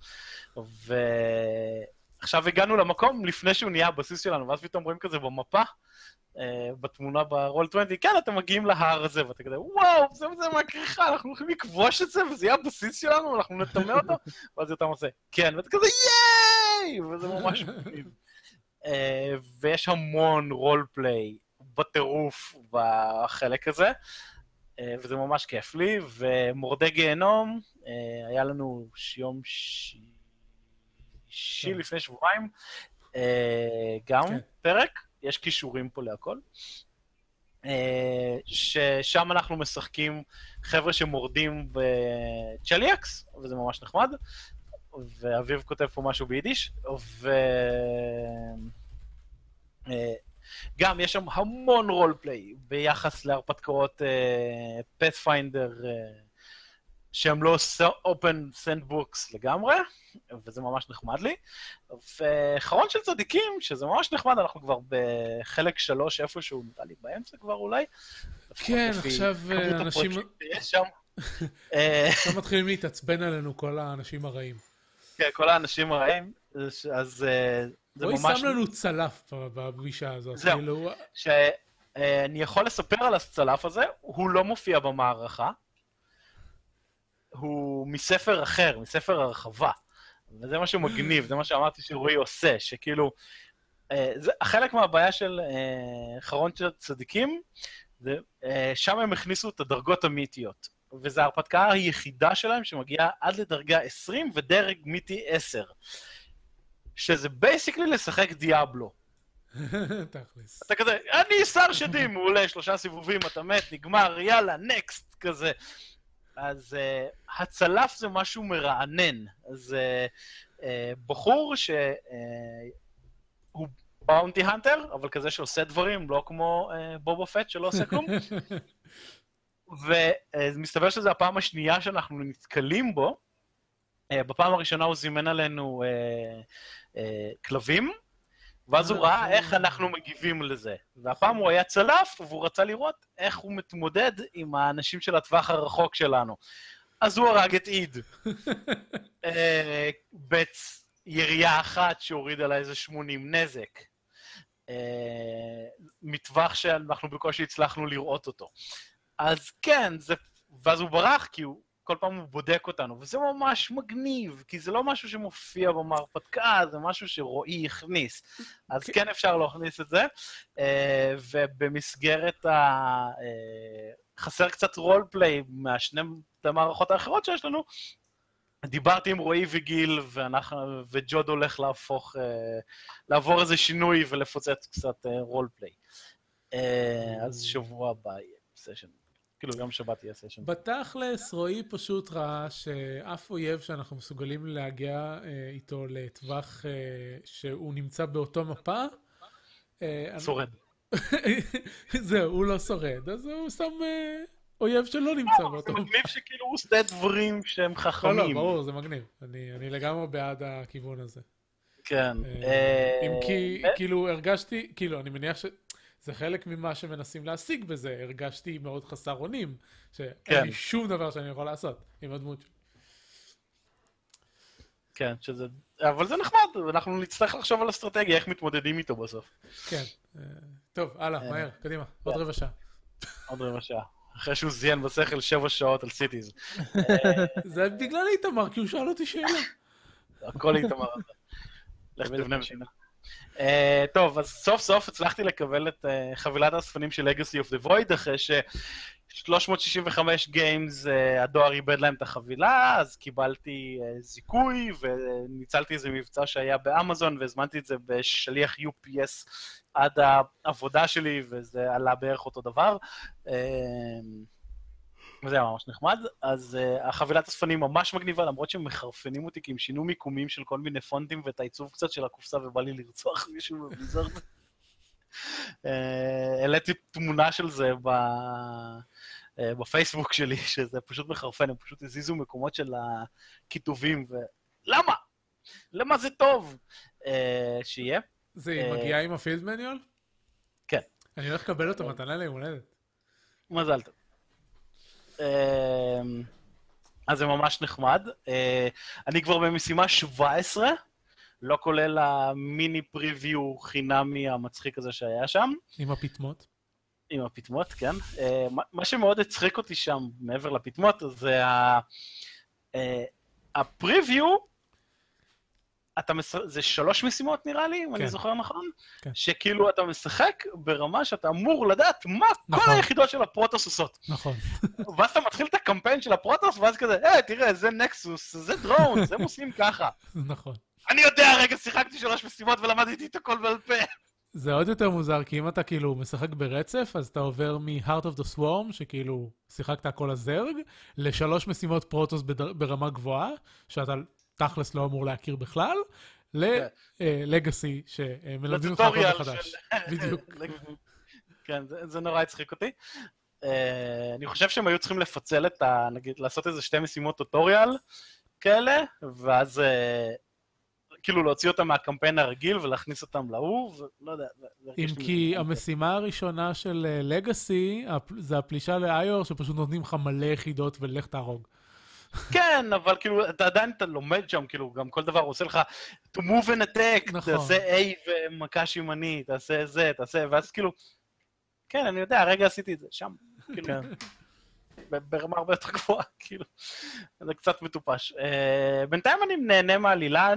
ועכשיו הגענו למקום לפני שהוא נהיה הבסיס שלנו, ואז פתאום רואים כזה במפה, בתמונה ברול עשרים, כן, אתם מגיעים להר הזה, ואתה כזה, וואו, זה וזה מהכריכה, אנחנו הולכים לכבוש את זה, וזה יהיה הבסיס שלנו, אנחנו נטמא אותו, ואז אתה עושה, כן, ואתה כזה, ייי! וזה ממש מגניב. ויש המון רולפליי בטירוף בחלק הזה, וזה ממש כיף לי, ומורדי גיהנום, היה לנו יום שישי לפני שבועיים, גם פרק, יש קישורים פה להכל, ששם אנחנו משחקים חבר'ה שמורדים בצ'ליאקס, וזה ממש נחמד, ואביב כותב פה משהו ביידיש, וגם יש שם המון רולפליי ביחס להרפתקאות פאת'פיינדר, שהם לא אופן סנדבוקס לגמרי, וזה ממש נחמד לי. וחרון של צדיקים, שזה ממש נחמד, אנחנו כבר בחלק שלוש איפשהו, נראה לי באמצע כבר אולי. כן, עכשיו אנשים... עכשיו מתחילים להתעצבן עלינו כל האנשים הרעים. כן, כל האנשים הרעים, אז זה ממש... רועי שם לנו צלף בפגישה הזאת. זהו, שאני יכול לספר על הצלף הזה, הוא לא מופיע במערכה, הוא מספר אחר, מספר הרחבה, וזה מה שמגניב, זה מה שאמרתי שרועי עושה, שכאילו, חלק מהבעיה של חרון של צדיקים, שם הם הכניסו את הדרגות המיתיות, וזו ההרפתקה היחידה שלהם שמגיעה עד לדרגה עשרים ודרג מיתי עשר, שזה בייסיקלי לשחק דיאבלו. תכלס. אתה כזה, אני שר שדים, הוא עולה שלושה סיבובים, אתה מת, נגמר, יאללה, נקסט, כזה. אז uh, הצלף זה משהו מרענן. אז uh, uh, בחור שהוא uh, באונטי הנטר, אבל כזה שעושה דברים, לא כמו uh, בובו פט שלא עושה כלום. ומסתבר שזו הפעם השנייה שאנחנו נתקלים בו. Uh, בפעם הראשונה הוא זימן עלינו uh, uh, כלבים, ואז הוא ראה איך אנחנו מגיבים לזה. והפעם הוא היה צלף, והוא רצה לראות איך הוא מתמודד עם האנשים של הטווח הרחוק שלנו. אז הוא הרג את עיד. בירייה אחת שהוריד עליי איזה שמונים נזק. מטווח שאנחנו בקושי הצלחנו לראות אותו. אז כן, זה... ואז הוא ברח, כי הוא... כל פעם הוא בודק אותנו, וזה ממש מגניב, כי זה לא משהו שמופיע במרפתקה, זה משהו שרועי הכניס. אז כן אפשר להכניס את זה, ובמסגרת ה... חסר קצת רולפליי מהשני המערכות האחרות שיש לנו, דיברתי עם רועי וגיל, ואנחנו... וג'וד הולך להפוך, לעבור איזה שינוי ולפוצץ קצת רולפליי. אז שבוע הבא יהיה סשן. כאילו גם שבת יהיה סשן. בתכלס, רועי פשוט ראה שאף אויב שאנחנו מסוגלים להגיע אה, איתו לטווח אה, שהוא נמצא באותו מפה. אה, שורד. זהו, הוא לא שורד, אז הוא שם אה, אויב שלא נמצא באותו מפה. זה מגניב שכאילו הוא עושה דברים שהם חכמים. לא, לא, ברור, זה מגניב. אני, אני לגמרי בעד הכיוון הזה. כן. אה, אם כי, כאילו, הרגשתי, כאילו, אני מניח ש... זה חלק ממה שמנסים להשיג בזה, הרגשתי מאוד חסר אונים, שאין לי שום דבר שאני יכול לעשות עם הדמות שלי. כן, שזה... אבל זה נחמד, ואנחנו נצטרך לחשוב על אסטרטגיה, איך מתמודדים איתו בסוף. כן. טוב, הלאה, מהר, קדימה, עוד רבע שעה. עוד רבע שעה. אחרי שהוא זיין בשכל שבע שעות על סיטיז. זה בגלל איתמר, כי הוא שאל אותי שאלה. הכל איתמר. לך תבנה משינה. Uh, טוב, אז סוף סוף הצלחתי לקבל את uh, חבילת האספנים של Legacy of the Void, אחרי ש-שלוש מאות שישים וחמש גיימס uh, הדואר איבד להם את החבילה, אז קיבלתי uh, זיכוי, וניצלתי איזה מבצע שהיה באמזון, והזמנתי את זה בשליח יו פי אס עד העבודה שלי, וזה עלה בערך אותו דבר. Uh, וזה היה ממש נחמד, אז uh, החבילת הספנים ממש מגניבה, למרות שהם מחרפנים אותי, כי הם שינו מיקומים של כל מיני פונטים ואת העיצוב קצת של הקופסה, ובא לי לרצוח מישהו בביזר. העליתי תמונה של זה ב... uh, בפייסבוק שלי, שזה פשוט מחרפן, הם פשוט הזיזו מקומות של הכיתובים, ולמה? למה זה טוב? Uh, שיהיה. זה uh, מגיע עם הפילד מניול? כן. אני הולך לקבל אותו מתנה ליום הולדת. מזל טוב. אז זה ממש נחמד. אני כבר במשימה שבע עשרה, לא כולל המיני פריוויו חינמי המצחיק הזה שהיה שם. עם הפתמות? עם הפתמות, כן. מה שמאוד הצחיק אותי שם, מעבר לפתמות, זה הפריוויו, אתה מש... זה שלוש משימות נראה לי, אם כן. אני זוכר נכון, כן. שכאילו אתה משחק ברמה שאתה אמור לדעת מה נכון. כל היחידות של הפרוטוס עושות. נכון. ואז אתה מתחיל את הקמפיין של הפרוטוס, ואז כזה, אה, תראה, זה נקסוס, זה דרון, זה עושים ככה. נכון. אני יודע, רגע, שיחקתי שלוש משימות ולמדתי את הכל בעל פה. זה עוד יותר מוזר, כי אם אתה כאילו משחק ברצף, אז אתה עובר מ-Heart of the Swarm, שכאילו שיחקת הכל הזרג, לשלוש משימות פרוטוס בדר... ברמה גבוהה, שאתה... תכלס לא אמור להכיר בכלל, לגאסי, שמלמדים אותך הכל מחדש. בדיוק. כן, זה נורא הצחיק אותי. אני חושב שהם היו צריכים לפצל את ה... נגיד, לעשות איזה שתי משימות טוטוריאל כאלה, ואז כאילו להוציא אותם מהקמפיין הרגיל ולהכניס אותם להוא, ולא יודע. אם כי המשימה הראשונה של לגאסי, זה הפלישה ל-איי או שפשוט נותנים לך מלא יחידות ולך תהרוג. כן, אבל כאילו, אתה עדיין אתה לומד שם, כאילו, גם כל דבר עושה לך, to move and attack, נכון. תעשה A ומכה שימני, תעשה זה, תעשה, ואז כאילו, כן, אני יודע, הרגע עשיתי את זה, שם, כאילו, ברמה הרבה יותר גבוהה, כאילו, זה קצת מטופש. בינתיים אני נהנה מהעלילה,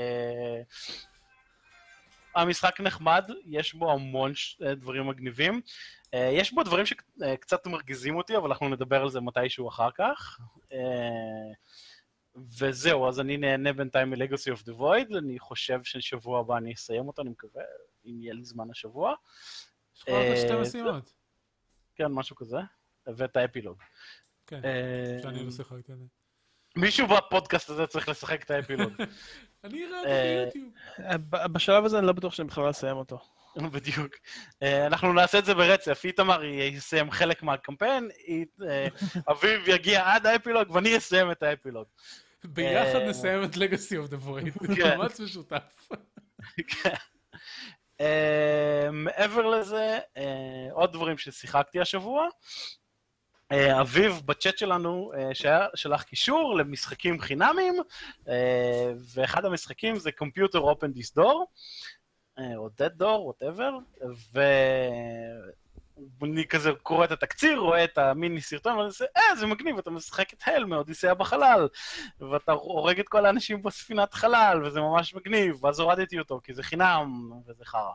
המשחק נחמד, יש בו המון דברים מגניבים, יש בו דברים שקצת מרגיזים אותי, אבל אנחנו נדבר על זה מתישהו אחר כך. וזהו, אז אני נהנה בינתיים מ-Legacy of the Void, אני חושב ששבוע הבא אני אסיים אותו, אני מקווה, אם יהיה לי זמן השבוע. יש לך עוד שתי משימות. כן, משהו כזה, ואת האפילוג. כן, שאני לא שיחקתי על זה. מישהו בפודקאסט הזה צריך לשחק את האפילוג. אני אראה אותו ביוטיוב. בשלב הזה אני לא בטוח שאני בכלל אסיים אותו. בדיוק. אנחנו נעשה את זה ברצף. איתמר יסיים חלק מהקמפיין, אביב יגיע עד האפילוג, ואני אסיים את האפילוג. ביחד נסיים את Legacy of the Void. זה ממש משותף. מעבר לזה, עוד דברים ששיחקתי השבוע. אביב בצ'אט שלנו שלח קישור למשחקים חינמים, ואחד המשחקים זה Computer Open This Door, או Dead Door, whatever, ואני כזה קורא את התקציר, רואה את המיני סרטון, ואני עושה, אה, זה מגניב, אתה משחק את הל מאודיסאה בחלל, ואתה הורג את כל האנשים בספינת חלל, וזה ממש מגניב, ואז הורדתי אותו, כי זה חינם, וזה חרא.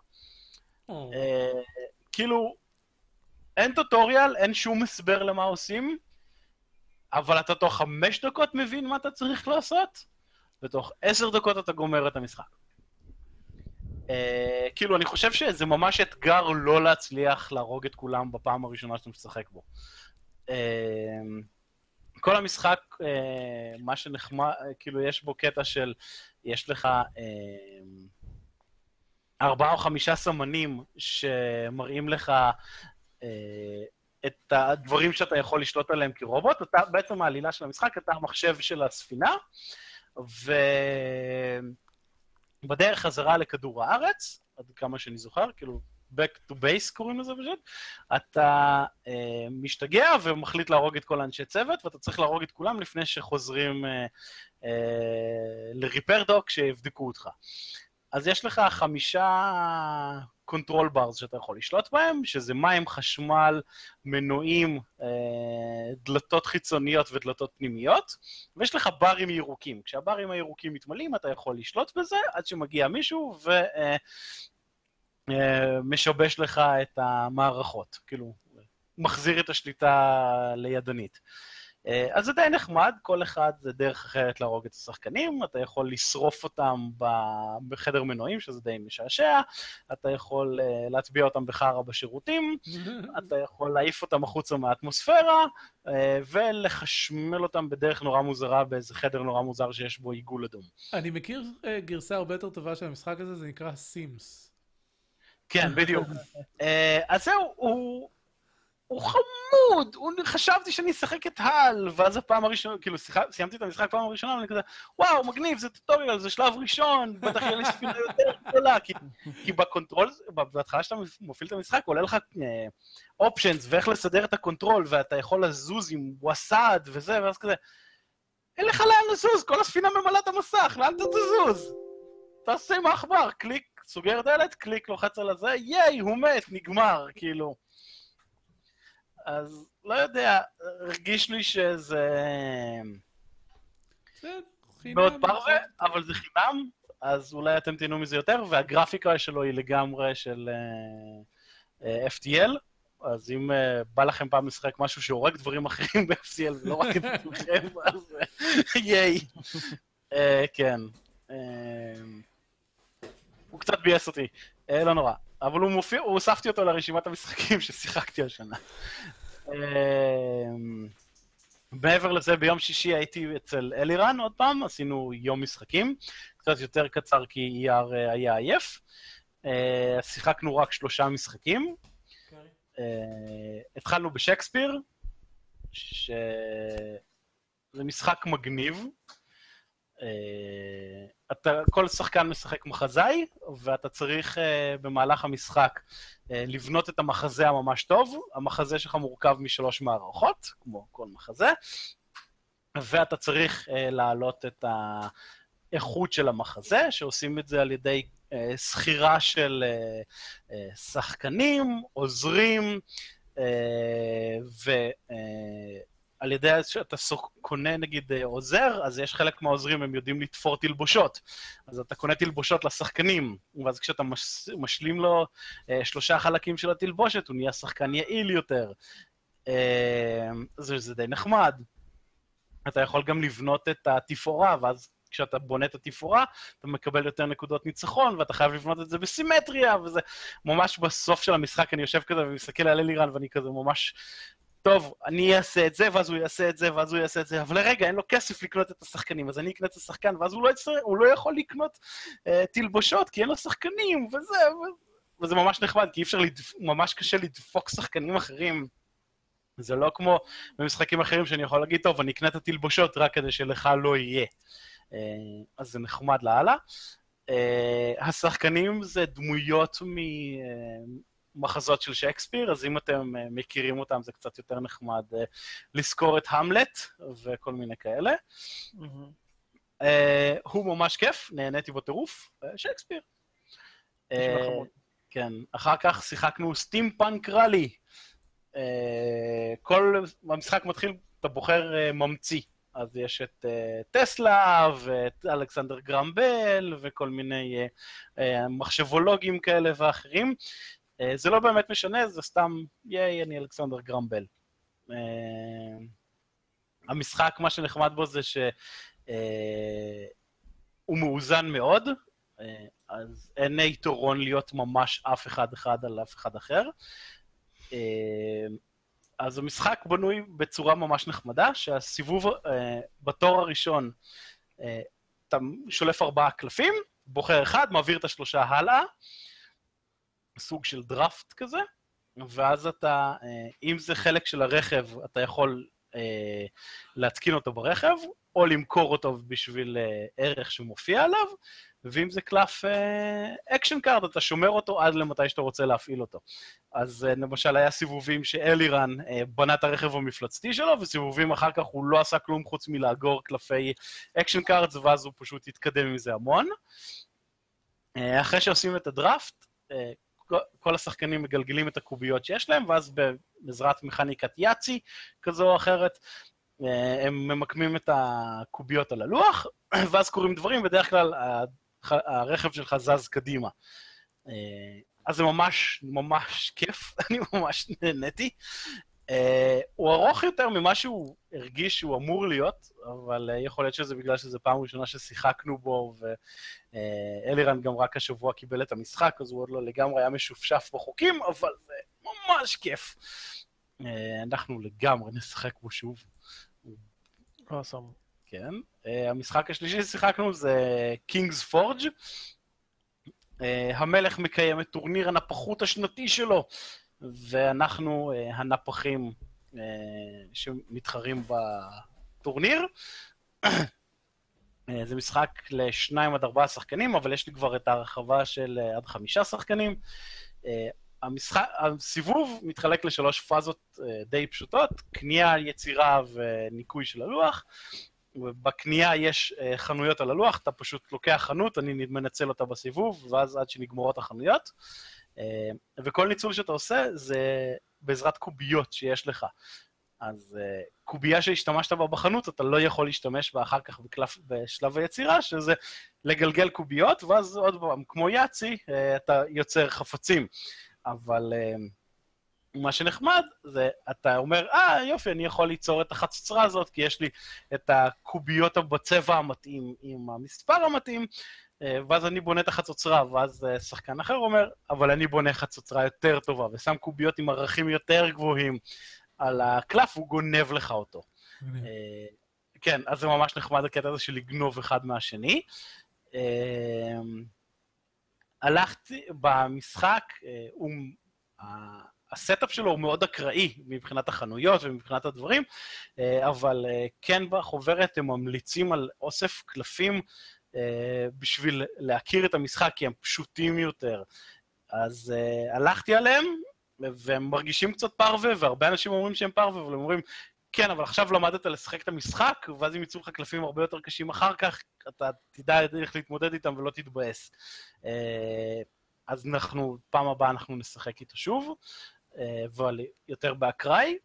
כאילו, אין טוטוריאל, אין שום הסבר למה עושים, אבל אתה תוך חמש דקות מבין מה אתה צריך לעשות, ותוך עשר דקות אתה גומר את המשחק. Uh, כאילו, אני חושב שזה ממש אתגר לא להצליח להרוג את כולם בפעם הראשונה שאתה משחק בו. Uh, כל המשחק, uh, מה שנחמד, uh, כאילו, יש בו קטע של, יש לך uh, ארבעה או חמישה סמנים שמראים לך uh, את הדברים שאתה יכול לשלוט עליהם כרובוט. אתה, בעצם העלילה של המשחק, אתה המחשב של הספינה, ו... בדרך חזרה לכדור הארץ, עד כמה שאני זוכר, כאילו, back to base קוראים לזה פשוט, אתה אה, משתגע ומחליט להרוג את כל האנשי צוות, ואתה צריך להרוג את כולם לפני שחוזרים אה, אה, ל-repair dock שיבדקו אותך. אז יש לך חמישה control bars שאתה יכול לשלוט בהם, שזה מים, חשמל, מנועים, אה, דלתות חיצוניות ודלתות פנימיות, ויש לך ברים ירוקים. כשהברים הירוקים מתמלאים, אתה יכול לשלוט בזה, עד שמגיע מישהו ומשבש לך את המערכות, כאילו, מחזיר את השליטה לידנית. אז זה די נחמד, כל אחד זה דרך אחרת להרוג את השחקנים, אתה יכול לשרוף אותם בחדר מנועים, שזה די משעשע, אתה יכול להטביע אותם בחרה בשירותים, אתה יכול להעיף אותם החוצה מהאטמוספירה, ולחשמל אותם בדרך נורא מוזרה, באיזה חדר נורא מוזר שיש בו עיגול אדום. אני מכיר גרסה הרבה יותר טובה של המשחק הזה, זה נקרא סימס. כן, בדיוק. אז זהו, הוא... הוא חמוד, הוא... חשבתי שאני אשחק את הל, ואז הפעם הראשונה, כאילו סיימתי את המשחק פעם הראשונה, ואני כזה, וואו, מגניב, זה טוטוריאל, זה שלב ראשון, בטח יהיה לי ספינה יותר גדולה, כי, כי בקונטרול, בהתחלה שאתה מפעיל את המשחק, עולה לך אופשנס, uh, ואיך לסדר את הקונטרול, ואתה יכול לזוז עם ווסד וזה, ואז כזה, אין לך לאן לזוז, כל הספינה ממלאה את המסך, לאן אתה תזוז? תעשה מעכבר, קליק, סוגר דלת, קליק, לוחץ על הזה, ייי, הוא מת, נגמר, כאילו. אז לא יודע, הרגיש לי שזה מאוד פרווה, אבל זה חינם, אז אולי אתם תהנו מזה יותר, והגרפיקה שלו היא לגמרי של אף טי אל, אז אם בא לכם פעם לשחק משהו שהורג דברים אחרים ב-אף טי אל, ולא רק את עצמכם, אז ייי. כן. הוא קצת בייס אותי, לא נורא. אבל הוא מופיע, הוא הוספתי אותו לרשימת המשחקים ששיחקתי השנה. מעבר לזה, ביום שישי הייתי אצל אלירן עוד פעם, עשינו יום משחקים, קצת יותר קצר כי אייר היה עייף. שיחקנו רק שלושה משחקים. התחלנו בשייקספיר, שזה משחק מגניב. אתה, כל שחקן משחק מחזאי, ואתה צריך במהלך המשחק לבנות את המחזה הממש טוב. המחזה שלך מורכב משלוש מערכות, כמו כל מחזה, ואתה צריך להעלות את האיכות של המחזה, שעושים את זה על ידי סחירה של שחקנים, עוזרים, ועל ידי שאתה קונה נגיד עוזר, אז יש חלק מהעוזרים, הם יודעים לתפור תלבושות. אז אתה קונה תלבושות לשחקנים, ואז כשאתה משלים לו שלושה חלקים של התלבושת, הוא נהיה שחקן יעיל יותר. זה די נחמד. אתה יכול גם לבנות את התפאורה, ואז כשאתה בונה את התפאורה, אתה מקבל יותר נקודות ניצחון, ואתה חייב לבנות את זה בסימטריה, וזה ממש בסוף של המשחק, אני יושב כזה ומסתכל על אלירן, ואני כזה ממש, טוב, אני אעשה את זה, ואז הוא יעשה את זה, ואז הוא יעשה את זה, אבל לרגע, אין לו כסף לקנות את השחקנים, אז אני אקנה את השחקן, ואז הוא לא, יצר, הוא לא יכול לקנות uh, תלבושות, כי אין לו שחקנים, וזה, ו... וזה ממש נחמד, כי אי אפשר, לדפ... ממש קשה לדפוק שחקנים אחרים, זה לא כמו במשחקים אחרים שאני יכול להגיד, טוב, אני אקנה את התלבושות רק כדי שלך לא יהיה. אז זה נחמד להלאה. השחקנים זה דמויות ממחזות של שייקספיר, אז אם אתם מכירים אותם זה קצת יותר נחמד לזכור את המלט וכל מיני כאלה. הוא ממש כיף, נהניתי בו טירוף, שייקספיר. כן, אחר כך שיחקנו סטימפאנק ראלי. כל המשחק מתחיל, אתה בוחר ממציא. אז יש את uh, טסלה ואת אלכסנדר גרם בל וכל מיני uh, uh, מחשבולוגים כאלה ואחרים. Uh, זה לא באמת משנה, זה סתם, ייי, אני אלכסנדר גרם בל. Uh, המשחק, מה שנחמד בו זה שהוא uh, מאוזן מאוד, uh, אז אין יתרון להיות ממש אף אחד אחד על אף אחד אחר. Uh, אז המשחק בנוי בצורה ממש נחמדה, שהסיבוב אה, בתור הראשון, אה, אתה שולף ארבעה קלפים, בוחר אחד, מעביר את השלושה הלאה, סוג של דראפט כזה, ואז אתה, אה, אם זה חלק של הרכב, אתה יכול אה, להתקין אותו ברכב, או למכור אותו בשביל אה, ערך שמופיע עליו, ואם זה קלף אקשן קארד, אתה שומר אותו עד למתי שאתה רוצה להפעיל אותו. אז למשל היה סיבובים שאלירן בנה את הרכב המפלצתי שלו, וסיבובים אחר כך הוא לא עשה כלום חוץ מלאגור קלפי אקשן קארדס, ואז הוא פשוט התקדם עם זה המון. אחרי שעושים את הדראפט, כל השחקנים מגלגלים את הקוביות שיש להם, ואז בעזרת מכניקת יאצי כזו או אחרת, הם ממקמים את הקוביות על הלוח, ואז קוראים דברים, בדרך כלל הרכב שלך זז קדימה. אז זה ממש, ממש כיף, אני ממש נהניתי. הוא ארוך יותר ממה שהוא הרגיש שהוא אמור להיות, אבל יכול להיות שזה בגלל שזו פעם ראשונה ששיחקנו בו, ואלירן גם רק השבוע קיבל את המשחק, אז הוא עוד לא לגמרי היה משופשף בחוקים, אבל זה ממש כיף. אנחנו לגמרי נשחק בו שוב. awesome. כן. המשחק השלישי ששיחקנו זה King's Forge. המלך מקיים את טורניר הנפחות השנתי שלו, ואנחנו הנפחים שמתחרים בטורניר. זה משחק לשניים עד ארבעה שחקנים, אבל יש לי כבר את הרחבה של עד חמישה שחקנים. המשחק, הסיבוב מתחלק לשלוש פאזות די פשוטות, קנייה, יצירה וניקוי של הלוח. בקנייה יש חנויות על הלוח, אתה פשוט לוקח חנות, אני מנצל אותה בסיבוב, ואז עד שנגמרות החנויות. וכל ניצול שאתה עושה זה בעזרת קוביות שיש לך. אז קובייה שהשתמשת בה בחנות, אתה לא יכול להשתמש בה אחר כך בקלף, בשלב היצירה, שזה לגלגל קוביות, ואז עוד פעם, כמו יאצי, אתה יוצר חפצים. אבל מה שנחמד זה, אתה אומר, אה, יופי, אני יכול ליצור את החצוצרה הזאת, כי יש לי את הקוביות בצבע המתאים עם המספר המתאים, ואז אני בונה את החצוצרה, ואז שחקן אחר אומר, אבל אני בונה חצוצרה יותר טובה, ושם קוביות עם ערכים יותר גבוהים על הקלף, הוא גונב לך אותו. כן, אז זה ממש נחמד הקטע הזה של לגנוב אחד מהשני. הלכתי במשחק, הסטאפ שלו הוא מאוד אקראי מבחינת החנויות ומבחינת הדברים, אבל כן בחוברת הם ממליצים על אוסף קלפים בשביל להכיר את המשחק, כי הם פשוטים יותר. אז הלכתי עליהם, והם מרגישים קצת פרווה, והרבה אנשים אומרים שהם פרווה, אבל הם אומרים, כן, אבל עכשיו למדת לשחק את המשחק, ואז אם יצאו לך קלפים הרבה יותר קשים אחר כך, אתה תדע איך להתמודד איתם ולא תתבאס. אז אנחנו, פעם הבאה אנחנו נשחק איתו שוב, אבל יותר באקראי,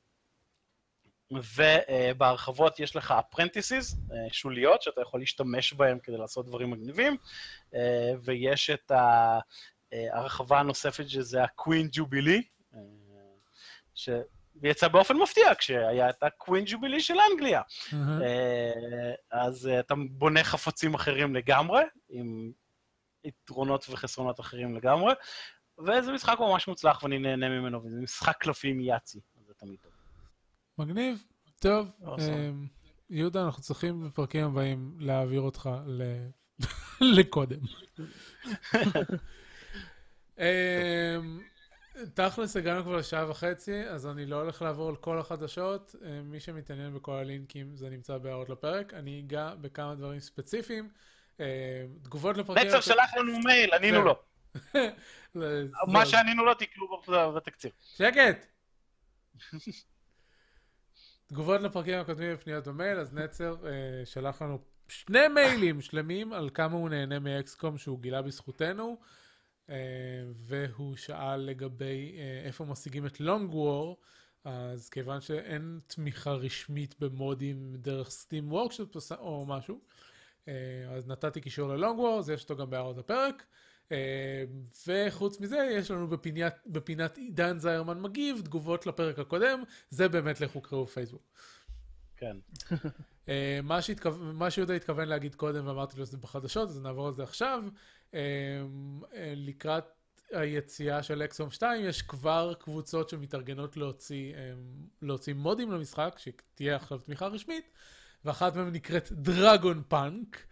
ובהרחבות יש לך apprentices, שוליות, שאתה יכול להשתמש בהם כדי לעשות דברים מגניבים, ויש את ההרחבה הנוספת שזה ה-Queen Jubilee, שיצא באופן מפתיע כשהיה את ה-Queen Jubilee של אנגליה. אז אתה בונה חפצים אחרים לגמרי, עם יתרונות וחסרונות אחרים לגמרי, וזה משחק ממש מוצלח ואני נהנה ממנו, וזה משחק קלפים יאצי, אז זה תמיד טוב. מגניב, טוב. יהודה, אנחנו צריכים בפרקים הבאים להעביר אותך לקודם. תכלס הגענו כבר לשעה וחצי, אז אני לא הולך לעבור על כל החדשות. מי שמתעניין בכל הלינקים זה נמצא בהערות לפרק. אני אגע בכמה דברים ספציפיים. תגובות לפרקים... נצר שלח לנו מייל, ענינו לו. מה שענינו לו תקלו בתקציר. שקט! תגובות לפרקים הקודמים בפניות במייל, אז נצר שלח לנו שני מיילים שלמים על כמה הוא נהנה מאקסקום שהוא גילה בזכותנו. והוא שאל לגבי איפה משיגים את לונג וור, אז כיוון שאין תמיכה רשמית במודים דרך סטים וורקשופ או משהו, אז נתתי קישור ללונג וור, אז יש אותו גם בהערות הפרק, וחוץ מזה יש לנו בפינת, בפינת עידן זיירמן מגיב, תגובות לפרק הקודם, זה באמת לכו קראו בפייסבוק. כן. מה שהתכו... מה שיהודה התכוון להגיד קודם ואמרתי לו שזה בחדשות, אז נעבור על זה עכשיו. לקראת היציאה של אקסקום שתיים יש כבר קבוצות שמתארגנות להוציא, להוציא מודים למשחק, שתהיה עכשיו תמיכה רשמית, ואחת מהן נקראת דרגון פאנק,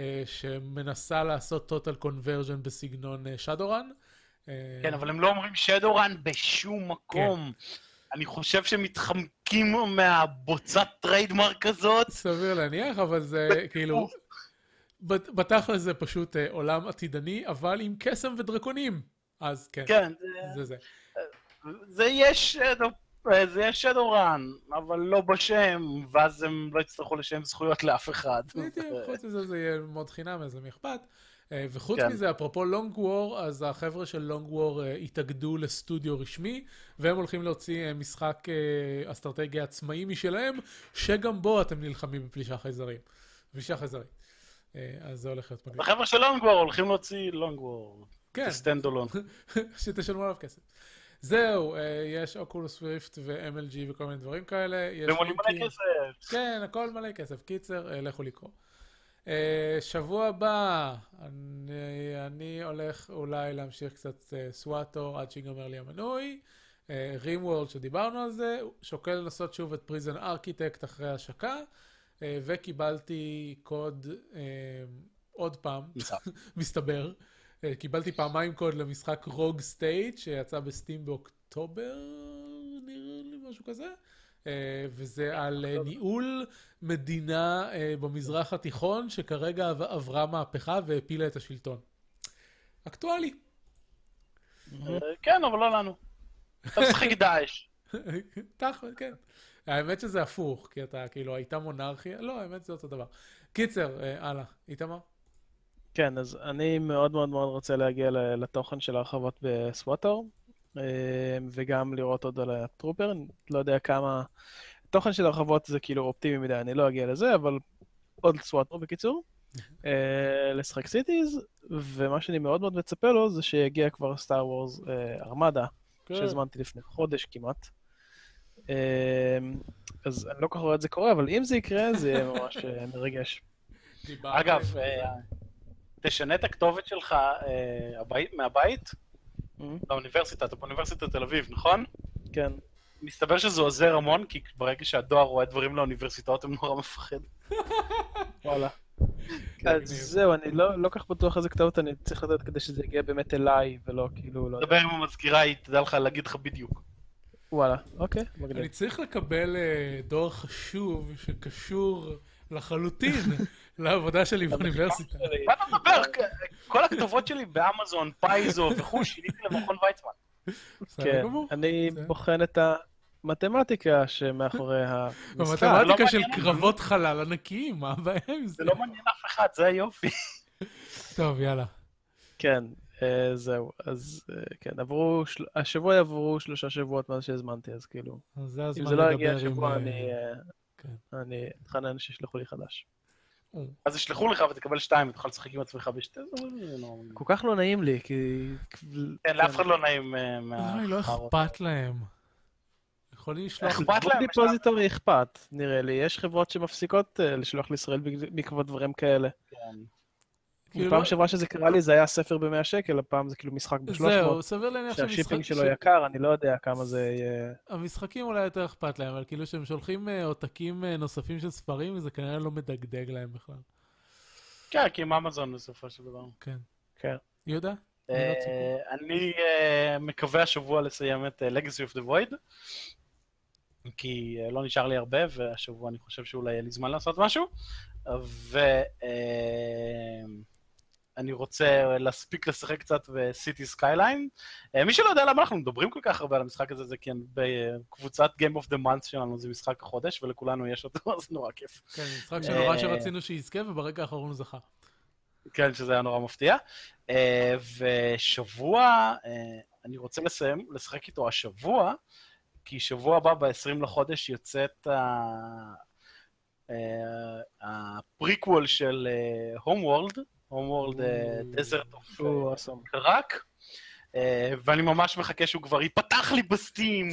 שמנסה לעשות total conversion בסגנון שדורן. כן, אבל הם לא אומרים שדורן בשום מקום. אני חושב שמתחמקים מהבוצת טריידמרק הזאת. סביר להניח, אבל זה כאילו... בתכל'ס זה פשוט עולם עתידני, אבל עם קסם ודרקונים. אז כן, כן, זה זה. זה יש זה יש שדורן, אבל לא בשם, ואז הם לא יצטרכו לשם זכויות לאף אחד. חוץ מזה זה יהיה מאוד חינם, אז זה מאכפת. וחוץ מזה, אפרופו לונג וור, אז החבר'ה של לונג וור התאגדו לסטודיו רשמי, והם הולכים להוציא משחק אסטרטגיה עצמאי משלהם, שגם בו אתם נלחמים בפלישה חייזרים. פלישה חייזרית. אז זה הולך להיות מגניב. החבר'ה של לונג וור הולכים להוציא לונג וור. כן. סטנדולון. שתשלמו עליו כסף. זהו, יש אוקולוס ריפט ו-אם אל ג'י וכל מיני דברים כאלה. ומולים מלא כסף. כן, הכל מלא כסף. קיצר, לכו לקרוא. שבוע הבא, אני, אני הולך אולי להמשיך קצת סוואטו עד שיגמר לי המנוי. רים וורלד שדיברנו על זה, שוקל לנסות שוב את פריזן ארכיטקט אחרי השקה, וקיבלתי קוד עוד פעם, מסתבר. קיבלתי פעמיים קוד למשחק רוג סטייט, שיצא בסטים באוקטובר, נראה לי משהו כזה. וזה על ניהול מדינה במזרח התיכון, שכרגע עברה מהפכה והפילה את השלטון. אקטואלי. כן, אבל לא לנו. אתה משחק דאעש. תכף, כן. האמת שזה הפוך, כי אתה כאילו הייתה מונרכיה, לא, האמת זה אותו דבר. קיצר, הלאה, איתמר? כן, אז אני מאוד מאוד מאוד רוצה להגיע לתוכן של הרחבות בסווטור, וגם לראות עוד על הטרופר, אני לא יודע כמה... תוכן של הרחבות זה כאילו אופטימי מדי, אני לא אגיע לזה, אבל עוד סווטור בקיצור, לשחק סיטיז, ומה שאני מאוד מאוד מצפה לו זה שיגיע כבר סטאר וורס ארמדה, שהזמנתי לפני חודש כמעט. אז אני לא כל כך רואה את זה קורה, אבל אם זה יקרה, זה יהיה ממש מרגש. אגב, תשנה את הכתובת שלך מהבית לאוניברסיטה, אתה באוניברסיטת תל אביב, נכון? כן. מסתבר שזה עוזר המון, כי ברגע שהדואר רואה דברים לאוניברסיטאות, הם נורא מפחד. וואלה. אז זהו, אני לא כך בטוח איזה כתובת אני צריך לדעת כדי שזה יגיע באמת אליי, ולא כאילו... דבר עם המזכירה, היא תדע לך להגיד לך בדיוק. וואלה, אוקיי, אני מגניב. צריך לקבל אה, דור חשוב שקשור לחלוטין לעבודה שלי באוניברסיטה. מה אתה מדבר? כל הכתובות שלי באמזון, פייזו וכו', שיניתי למכון ויצמן. בסדר כן, גמור. אני זה- בוחן את המתמטיקה שמאחורי המשחק. במתמטיקה לא של מעניין. קרבות חלל ענקיים, מה הבעיה עם זה? זה לא מעניין אף אחד, זה היופי. טוב, יאללה. כן, אה, זהו. אז אה, כן, עברו, של- השבוע יעברו שלושה שבועות מאז שהזמנתי, אז כאילו, אז זה אם הזמן זה לא יגיע לדבר עם... השבוע, אה, אני אה, כן. אני אתחנן שישלחו לי חדש. אז ישלחו לך ותקבל שתיים, ותוכל לשחק עם עצמך בשתי... זה לא- כל כך לא נעים לי, כי... כן, לאף אחד לא נעים אה, אוי, לא מהחרות. אכפת להם. יכולים לשלוח... אכפת להם, חברות דיפוזיטורי אכפת, נראה לי. יש חברות שמפסיקות אה, לשלוח לישראל בג- בעקבות דברים כאלה. כן. כאילו פעם לא- שעברה שזה קרה לי זה היה ספר ב-מאה שקל, הפעם זה כאילו משחק ב-שלוש מאות. זהו, סביר להניח שהשיפינג שמשחק- שלו יקר, אני לא יודע כמה זה יהיה... המשחקים אולי יותר אכפת להם, אבל כאילו שהם שולחים אה, עותקים אה, נוספים של ספרים, זה כנראה לא מדגדג להם בכלל. כן, כי עם אמזון בסופו של דבר. כן. כן. יהודה? אה, אני אה, מקווה השבוע לסיים את אה, Legacy of the Void, כי אה, לא נשאר לי הרבה, והשבוע אני חושב שאולי יהיה לי זמן לעשות משהו, ואני רוצה להספיק לשחק קצת בסיטי סקייליין. מי שלא יודע למה אנחנו מדברים כל כך הרבה על המשחק הזה, זה כי בקבוצת Game of the Month שלנו זה משחק החודש, ולכולנו יש אותו, אז נורא כיף. כן, משחק שנורא אה, שרצינו שיזכה, וברגע האחרון הוא זכה. כן, שזה היה נורא מפתיע. Uh, ושבוע, uh, אני רוצה לסיים, לשחק איתו השבוע, כי שבוע הבא, ב-עשרים לחודש, יוצאת הפריקוול של uh, Homeworld, Homeworld uh, Desert of הוא אסום. קראק, uh, ואני ממש מחכה שהוא כבר ייפתח לי בסטים,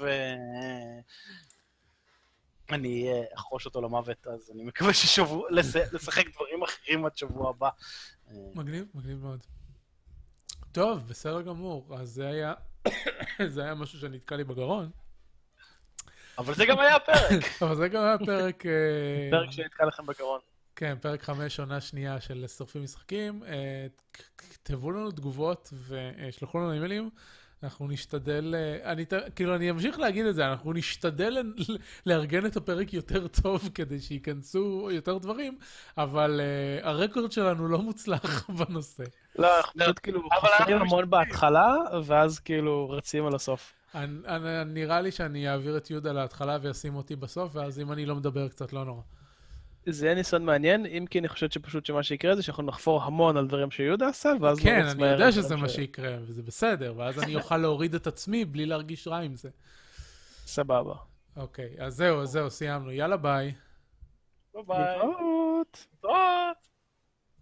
ואני uh, אחרוש אותו למוות, אז אני מקווה ששבוע, לס- לשחק דברים אחרים עד שבוע הבא. מגניב, מגניב מאוד. טוב, בסדר גמור. אז זה היה... זה היה משהו שנתקע לי בגרון. אבל זה גם היה הפרק. אבל זה גם היה פרק... אה, פרק שנתקע לכם בגרון. כן, פרק חמש, עונה שנייה של שורפים משחקים. אה, כתבו לנו תגובות ושלחו לנו אימיילים. אנחנו נשתדל, אה, אני, ת- כאילו אני אמשיך להגיד את זה, אנחנו נשתדל ל- לארגן את הפרק יותר טוב כדי שייכנסו יותר דברים, אבל אה, הרקורד שלנו לא מוצלח בנושא. לא, אנחנו פשוט כאילו אבל חסרים אנחנו המון בהתחלה, ואז כאילו רצים על הסוף. אני, אני, נראה לי שאני אעביר את יהודה להתחלה וישים אותי בסוף, ואז אם אני לא מדבר קצת לא נורא. זה יהיה ניסיון מעניין, אם כי אני חושב שפשוט שמה שיקרה זה שאנחנו נחפור המון על דברים שיהודה עשה, ואז כן, נרוץ אני מהר יודע על שזה דברים מה ש- שיקרה, וזה בסדר, ואז אני אוכל להוריד את עצמי בלי להרגיש רע עם זה. סבבה. אוקיי, אז זהו, אז זהו, סיימנו. יאללה, ביי. ביי ביי. להתראות. ביי.